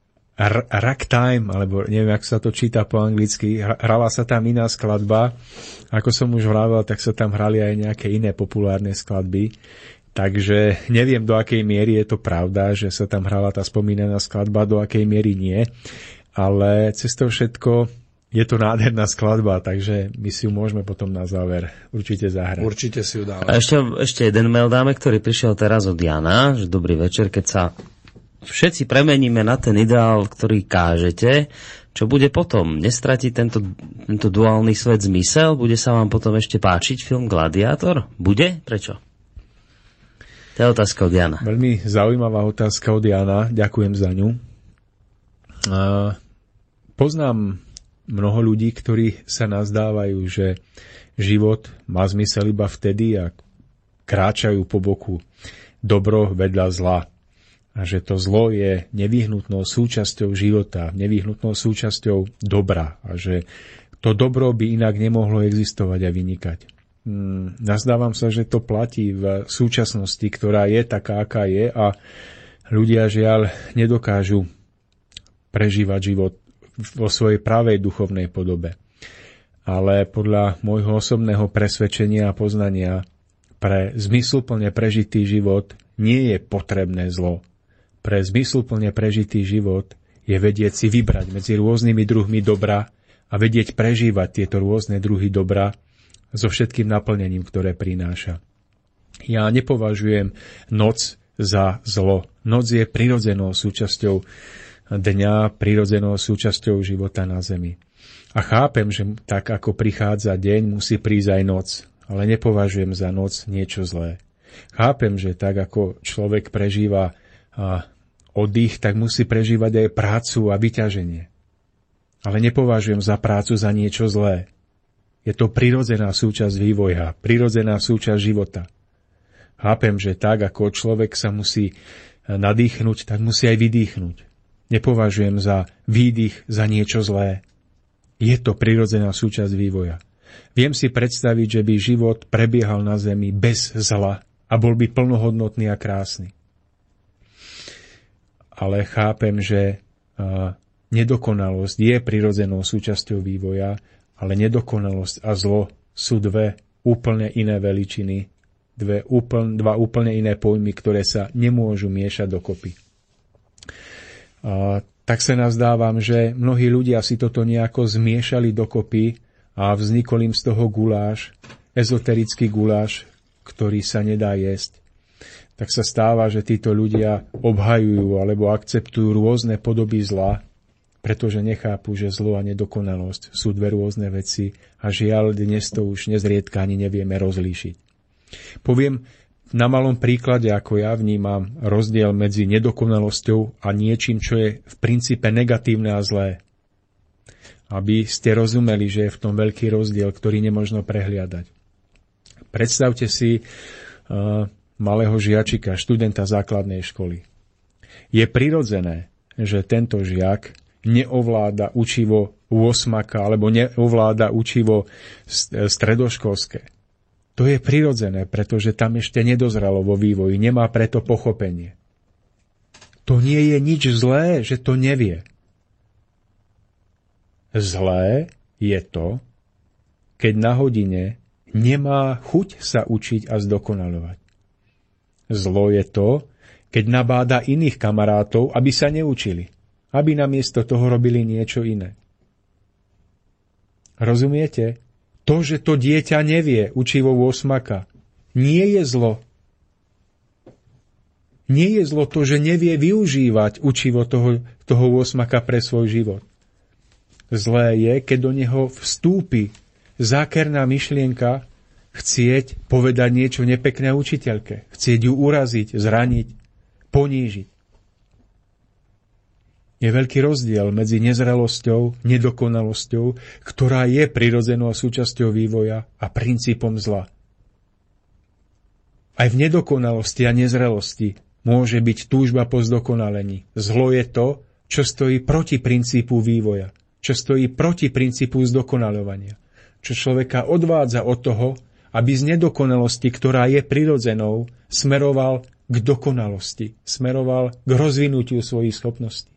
Ragtime, alebo neviem, ako sa to číta po anglicky, hrala sa tam iná skladba. Ako som už vravel, tak sa tam hrali aj nejaké iné populárne skladby. Takže neviem, do akej miery je to pravda, že sa tam hrala tá spomínaná skladba, do akej miery nie. Ale cez to všetko je to nádherná skladba, takže my si ju môžeme potom na záver určite zahrať. Určite si ju dáme. A ešte, ešte jeden mail dáme, ktorý prišiel teraz od Jana, že dobrý večer, keď sa všetci premeníme na ten ideál, ktorý kážete, čo bude potom? Nestratí tento, tento duálny svet zmysel? Bude sa vám potom ešte páčiť film Gladiátor? Bude? Prečo? To je otázka od Jana. Veľmi zaujímavá otázka od Jana. Ďakujem za ňu. A poznám mnoho ľudí, ktorí sa nazdávajú, že život má zmysel iba vtedy, ak kráčajú po boku dobro vedľa zla. A že to zlo je nevyhnutnou súčasťou života, nevyhnutnou súčasťou dobra. A že to dobro by inak nemohlo existovať a vynikať. Hmm, nazdávam sa, že to platí v súčasnosti, ktorá je taká, aká je, a ľudia žiaľ nedokážu prežívať život vo svojej pravej duchovnej podobe. Ale podľa môjho osobného presvedčenia a poznania pre zmysluplne prežitý život nie je potrebné zlo. Pre zmysluplne prežitý život je vedieť si vybrať medzi rôznymi druhmi dobra a vedieť prežívať tieto rôzne druhy dobra so všetkým naplnením, ktoré prináša. Ja nepovažujem noc za zlo. Noc je prirodzenou súčasťou dňa, prirodzenou súčasťou života na zemi. A chápem, že tak ako prichádza deň, musí prísť aj noc, ale nepovažujem za noc niečo zlé. Chápem, že tak ako človek prežíva a oddych, tak musí prežívať aj prácu a vyťaženie. Ale nepovažujem za prácu za niečo zlé. Je to prirodzená súčasť vývoja, prirodzená súčasť života. Chápem, že tak ako človek sa musí nadýchnuť, tak musí aj vydýchnuť. Nepovažujem za výdych za niečo zlé. Je to prirodzená súčasť vývoja. Viem si predstaviť, že by život prebiehal na zemi bez zla a bol by plnohodnotný a krásny. Ale chápem, že uh, nedokonalosť je prirodzenou súčasťou vývoja, ale nedokonalosť a zlo sú dve úplne iné veličiny, dve úpln, dva úplne iné pojmy, ktoré sa nemôžu miešať dokopy. Uh, tak sa nazdávam, že mnohí ľudia si toto nejako zmiešali dokopy a vznikol im z toho guláš, ezoterický guláš, ktorý sa nedá jesť. Tak sa stáva, že títo ľudia obhajujú alebo akceptujú rôzne podoby zla, pretože nechápu, že zlo a nedokonalosť sú dve rôzne veci a žiaľ, dnes to už nezriedka ani nevieme rozlíšiť. Poviem na malom príklade, ako ja vnímam rozdiel medzi nedokonalosťou a niečím, čo je v princípe negatívne a zlé. Aby ste rozumeli, že je v tom veľký rozdiel, ktorý nemožno prehliadať. Predstavte si uh, malého žiačika, študenta základnej školy. Je prirodzené, že tento žiak neovláda učivo ôsmaka alebo neovláda učivo stredoškolské. To je prirodzené, pretože tam ešte nedozrelo vo vývoji, nemá preto pochopenie. To nie je nič zlé, že to nevie. Zlé je to, keď na hodine nemá chuť sa učiť a zdokonalovať. Zlo je to, keď nabáda iných kamarátov, aby sa neučili, aby namiesto toho robili niečo iné. Rozumiete? To, že to dieťa nevie učivo osmaka, nie je zlo. Nie je zlo to, že nevie využívať učivo toho, toho osmaka pre svoj život. Zlé je, keď do neho vstúpi zákerná myšlienka chcieť povedať niečo nepekné učiteľke, chcieť ju uraziť, zraniť, ponížiť. Je veľký rozdiel medzi nezrelosťou, nedokonalosťou, ktorá je prirodzenou súčasťou vývoja, a princípom zla. Aj v nedokonalosti a nezrelosti môže byť túžba po zdokonalení. Zlo je to, čo stojí proti princípu vývoja, čo stojí proti princípu zdokonaľovania, čo človeka odvádza od toho, aby z nedokonalosti, ktorá je prirodzenou, smeroval k dokonalosti, smeroval k rozvinutiu svojich schopností.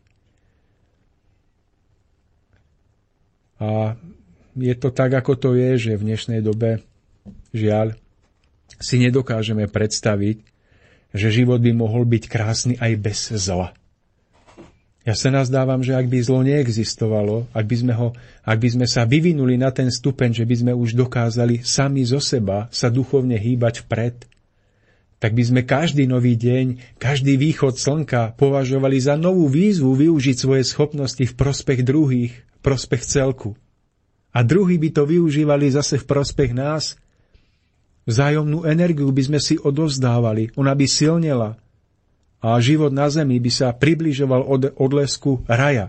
A je to tak, ako to je, že v dnešnej dobe, žiaľ, si nedokážeme predstaviť, že život by mohol byť krásny aj bez zla. Ja sa nazdávam, že ak by zlo neexistovalo, ak by sme, ho, ak by sme sa vyvinuli na ten stupeň, že by sme už dokázali sami zo seba sa duchovne hýbať vpred, tak by sme každý nový deň, každý východ slnka považovali za novú výzvu využiť svoje schopnosti v prospech druhých, v prospech celku. A druhí by to využívali zase v prospech nás. Vzájomnú energiu by sme si odovzdávali, ona by silnela a život na zemi by sa približoval od odlesku raja.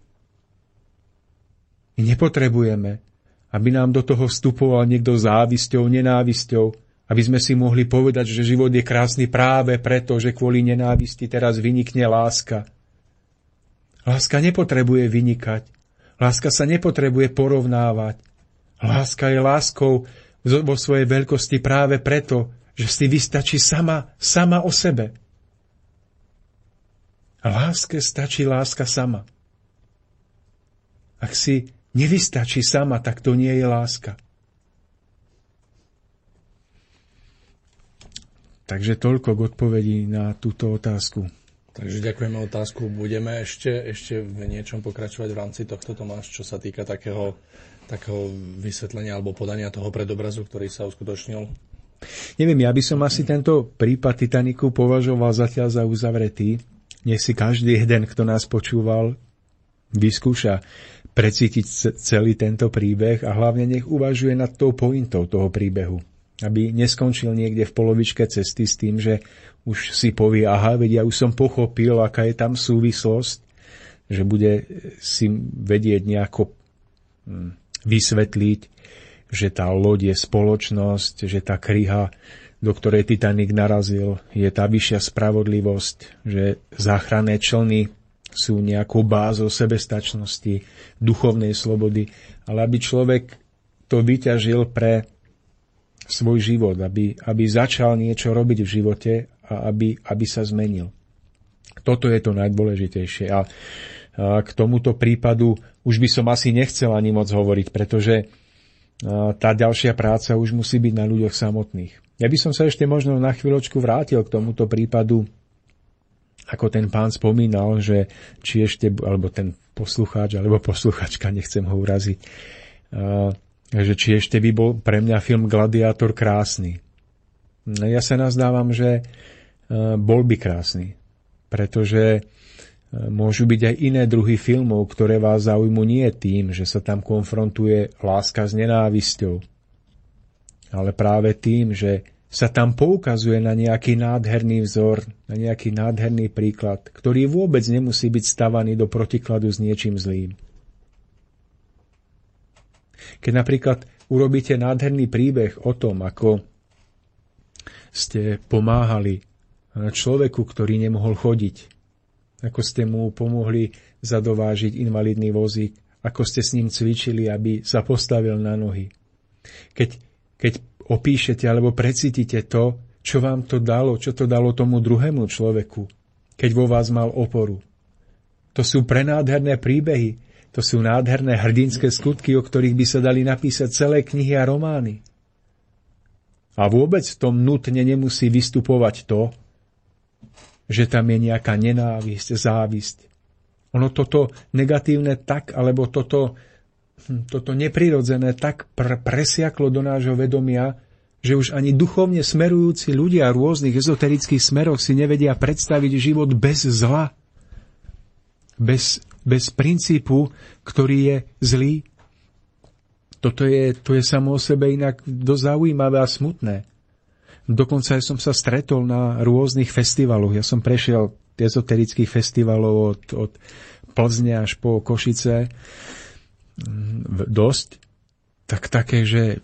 My nepotrebujeme, aby nám do toho vstupoval niekto závisťou, nenávisťou, aby sme si mohli povedať, že život je krásny práve preto, že kvôli nenávisti teraz vynikne láska. Láska nepotrebuje vynikať. Láska sa nepotrebuje porovnávať. Láska je láskou vo svojej veľkosti práve preto, že si vystačí sama, sama o sebe. A láske stačí láska sama. Ak si nevystačí sama, tak to nie je láska. Takže toľko k odpovedi na túto otázku. Takže ďakujeme otázku. Budeme ešte, ešte v niečom pokračovať v rámci tohto, Tomáš, čo sa týka takého, takého vysvetlenia alebo podania toho predobrazu, ktorý sa uskutočnil? Neviem, ja by som asi tento prípad Titaniku považoval zatiaľ za uzavretý. Nech si každý jeden, kto nás počúval, vyskúša precítiť celý tento príbeh a hlavne nech uvažuje nad tou pointou toho príbehu. Aby neskončil niekde v polovičke cesty s tým, že už si povie, aha, veď ja už som pochopil, aká je tam súvislosť, že bude si vedieť nejako vysvetliť, že tá loď je spoločnosť, že tá kryha, do ktorej Titanic narazil, je tá vyššia spravodlivosť, že záchranné člny sú nejakou bázou sebestačnosti, duchovnej slobody, ale aby človek to vyťažil pre svoj život, aby, aby začal niečo robiť v živote a aby, aby sa zmenil. Toto je to najdôležitejšie. A, a k tomuto prípadu už by som asi nechcel ani moc hovoriť, pretože tá ďalšia práca už musí byť na ľuďoch samotných. Ja by som sa ešte možno na chvíľočku vrátil k tomuto prípadu, ako ten pán spomínal, že či ešte, alebo ten poslucháč, alebo posluchačka, nechcem ho uraziť, že či ešte by bol pre mňa film Gladiátor krásny. Ja sa nazdávam, že bol by krásny, pretože môžu byť aj iné druhy filmov, ktoré vás zaujmú nie tým, že sa tam konfrontuje láska s nenávisťou, ale práve tým, že sa tam poukazuje na nejaký nádherný vzor, na nejaký nádherný príklad, ktorý vôbec nemusí byť stavaný do protikladu s niečím zlým. Keď napríklad urobíte nádherný príbeh o tom, ako ste pomáhali človeku, ktorý nemohol chodiť, ako ste mu pomohli zadovážiť invalidný vozík, ako ste s ním cvičili, aby sa postavil na nohy. Keď, keď opíšete alebo precítite to, čo vám to dalo, čo to dalo tomu druhému človeku, keď vo vás mal oporu. To sú prenádherné príbehy, to sú nádherné hrdinské skutky, o ktorých by sa dali napísať celé knihy a romány. A vôbec v tom nutne nemusí vystupovať to, že tam je nejaká nenávisť, závisť. Ono toto negatívne tak, alebo toto, toto neprirodzené tak pr- presiaklo do nášho vedomia, že už ani duchovne smerujúci ľudia v rôznych ezoterických smeroch si nevedia predstaviť život bez zla. Bez, bez princípu, ktorý je zlý. Toto je, to je samo o sebe inak dosť zaujímavé a smutné. Dokonca aj som sa stretol na rôznych festivaloch. Ja som prešiel ezoterických festivalov od, od Plzne až po Košice dosť, tak také, že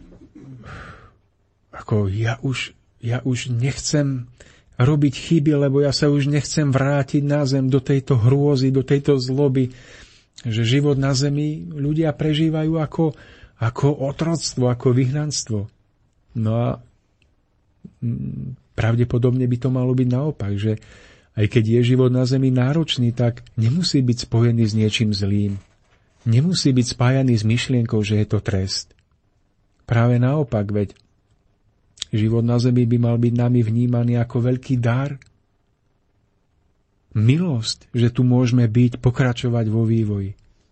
ako ja už, ja už nechcem robiť chyby, lebo ja sa už nechcem vrátiť na zem do tejto hrôzy, do tejto zloby, že život na zemi ľudia prežívajú ako, ako otroctvo, ako vyhnanstvo. No a pravdepodobne by to malo byť naopak, že aj keď je život na zemi náročný, tak nemusí byť spojený s niečím zlým. Nemusí byť spájaný s myšlienkou, že je to trest. Práve naopak, veď život na zemi by mal byť nami vnímaný ako veľký dar. Milosť, že tu môžeme byť, pokračovať vo vývoji.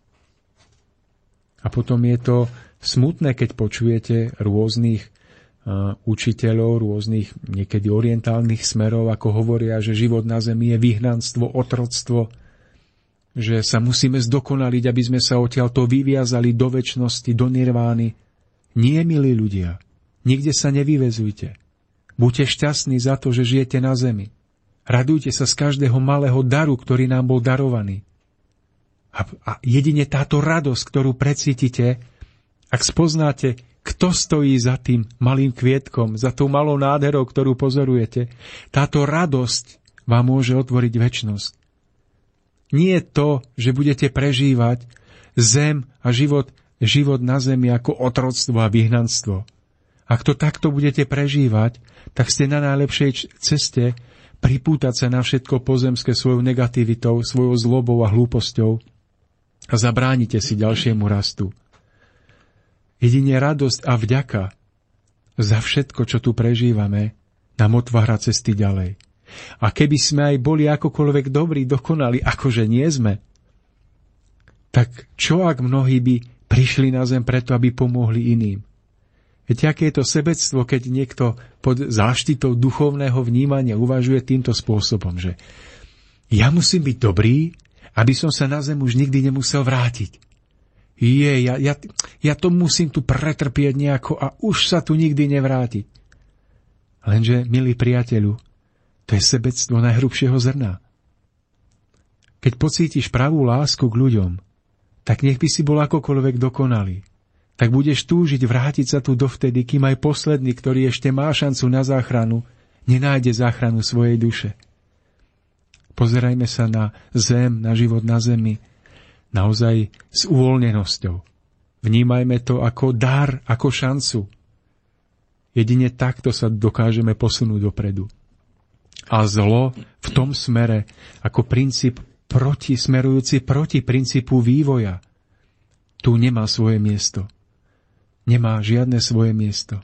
A potom je to smutné, keď počujete rôznych uh, učiteľov, rôznych niekedy orientálnych smerov, ako hovoria, že život na zemi je vyhnanstvo, otroctvo, že sa musíme zdokonaliť, aby sme sa odtiaľto vyviazali do večnosti, do nirvány. Nie, milí ľudia, nikde sa nevyvezujte. Buďte šťastní za to, že žijete na zemi. Radujte sa z každého malého daru, ktorý nám bol darovaný. A, a jedine táto radosť, ktorú precítite, ak spoznáte, kto stojí za tým malým kvietkom, za tou malou nádherou, ktorú pozorujete, táto radosť vám môže otvoriť večnosť. Nie je to, že budete prežívať zem a život, život na zemi ako otroctvo a vyhnanstvo. Ak to takto budete prežívať, tak ste na najlepšej ceste pripútať sa na všetko pozemské svojou negativitou, svojou zlobou a hlúposťou a zabránite si ďalšiemu rastu. Jedine radosť a vďaka za všetko, čo tu prežívame, nám otvára cesty ďalej. A keby sme aj boli akokoľvek dobrí, dokonali, akože nie sme, tak čo ak mnohí by prišli na zem preto, aby pomohli iným? Viete, aké je to sebectvo, keď niekto pod záštitou duchovného vnímania uvažuje týmto spôsobom, že ja musím byť dobrý, aby som sa na zem už nikdy nemusel vrátiť. Je, ja, ja, ja to musím tu pretrpieť nejako a už sa tu nikdy nevrátiť. Lenže, milý priateľu, to je sebectvo najhrubšieho zrna. Keď pocítiš pravú lásku k ľuďom, tak nech by si bol akokoľvek dokonalý. Tak budeš túžiť vrátiť sa tu dovtedy, kým aj posledný, ktorý ešte má šancu na záchranu, nenájde záchranu svojej duše. Pozerajme sa na zem, na život na zemi, naozaj s uvoľnenosťou. Vnímajme to ako dar, ako šancu. Jedine takto sa dokážeme posunúť dopredu. A zlo v tom smere, ako princíp proti, smerujúci proti princípu vývoja, tu nemá svoje miesto. Nemá žiadne svoje miesto.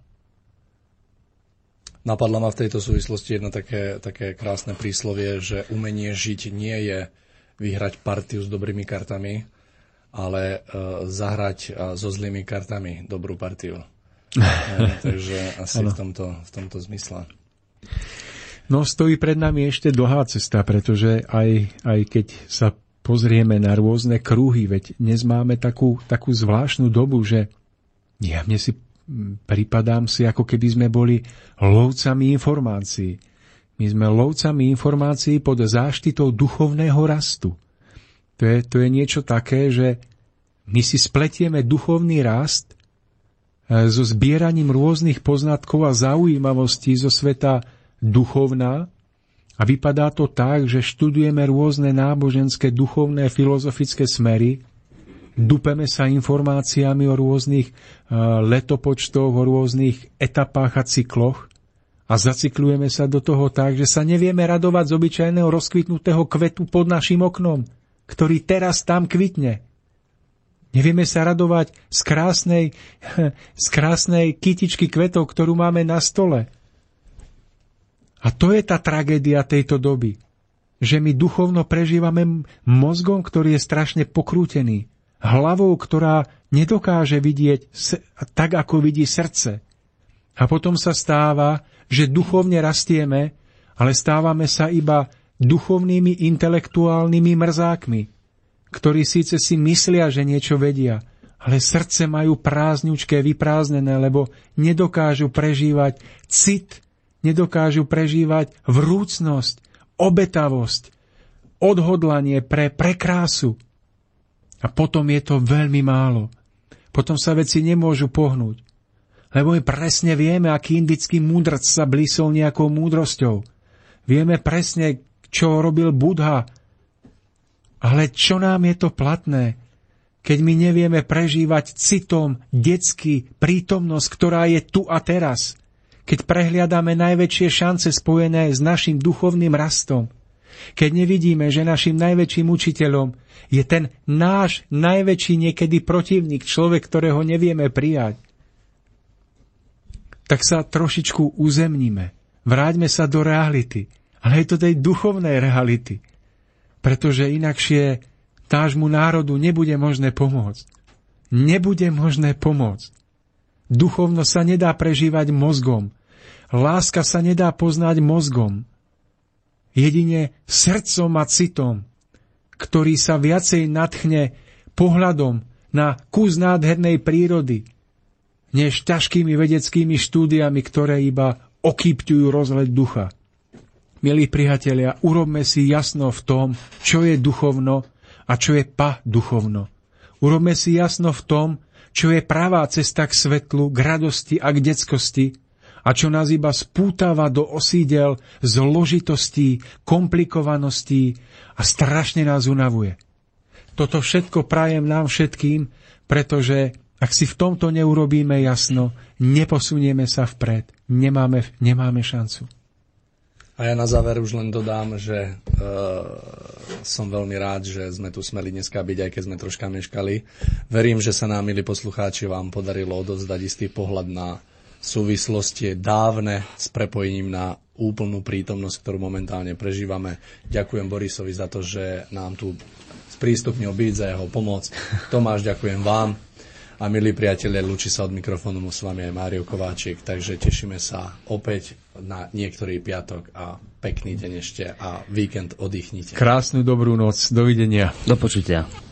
Napadla ma v tejto súvislosti jedno také, také krásne príslovie, že umenie žiť nie je vyhrať partiu s dobrými kartami, ale e, zahrať e, so zlými kartami dobrú partiu. e, takže asi v tomto, v tomto zmysle. No, stojí pred nami ešte dlhá cesta, pretože aj, aj keď sa pozrieme na rôzne kruhy, veď dnes máme takú, takú zvláštnu dobu, že ja mne si pripadám si, ako keby sme boli lovcami informácií. My sme lovcami informácií pod záštitou duchovného rastu. To je, to je niečo také, že my si spletieme duchovný rast so zbieraním rôznych poznatkov a zaujímavostí zo sveta duchovná a vypadá to tak, že študujeme rôzne náboženské, duchovné, filozofické smery, dupeme sa informáciami o rôznych uh, letopočtoch, o rôznych etapách a cykloch a zacyklujeme sa do toho tak, že sa nevieme radovať z obyčajného rozkvitnutého kvetu pod našim oknom, ktorý teraz tam kvitne. Nevieme sa radovať z krásnej, z krásnej kytičky kvetov, ktorú máme na stole. A to je tá tragédia tejto doby, že my duchovno prežívame mozgom, ktorý je strašne pokrútený, hlavou, ktorá nedokáže vidieť tak, ako vidí srdce. A potom sa stáva, že duchovne rastieme, ale stávame sa iba duchovnými intelektuálnymi mrzákmi, ktorí síce si myslia, že niečo vedia, ale srdce majú prázdňučké, vyprázdnené, lebo nedokážu prežívať cit, nedokážu prežívať vrúcnosť, obetavosť, odhodlanie pre, pre krásu. A potom je to veľmi málo. Potom sa veci nemôžu pohnúť. Lebo my presne vieme, aký indický múdrc sa blísol nejakou múdrosťou. Vieme presne, čo robil Buddha. Ale čo nám je to platné, keď my nevieme prežívať citom detsky prítomnosť, ktorá je tu a teraz, keď prehliadame najväčšie šance spojené s našim duchovným rastom, keď nevidíme, že našim najväčším učiteľom je ten náš najväčší niekedy protivník, človek, ktorého nevieme prijať, tak sa trošičku uzemníme. Vráťme sa do reality. Ale je to tej duchovnej reality. Pretože inakšie nášmu národu nebude možné pomôcť. Nebude možné pomôcť. Duchovno sa nedá prežívať mozgom. Láska sa nedá poznať mozgom. Jedine srdcom a citom, ktorý sa viacej nadchne pohľadom na kus nádhernej prírody, než ťažkými vedeckými štúdiami, ktoré iba okýpťujú rozlet ducha. Milí priatelia, urobme si jasno v tom, čo je duchovno a čo je pa duchovno. Urobme si jasno v tom, čo je pravá cesta k svetlu, k radosti a k detskosti a čo nás iba spútava do osídel zložitostí, komplikovaností a strašne nás unavuje. Toto všetko prajem nám všetkým, pretože ak si v tomto neurobíme jasno, neposunieme sa vpred. Nemáme, nemáme šancu. A ja na záver už len dodám, že e, som veľmi rád, že sme tu smeli dneska byť, aj keď sme troška meškali. Verím, že sa nám, milí poslucháči, vám podarilo odovzdať istý pohľad na súvislosti dávne s prepojením na úplnú prítomnosť, ktorú momentálne prežívame. Ďakujem Borisovi za to, že nám tu sprístupnil byť, za jeho pomoc. Tomáš, ďakujem vám. A milí priatelia, lúči sa od mikrofónu s vami aj Mário Kováčik, takže tešíme sa opäť na niektorý piatok a pekný deň ešte a víkend oddychnite. Krásnu dobrú noc, dovidenia. Do počutia.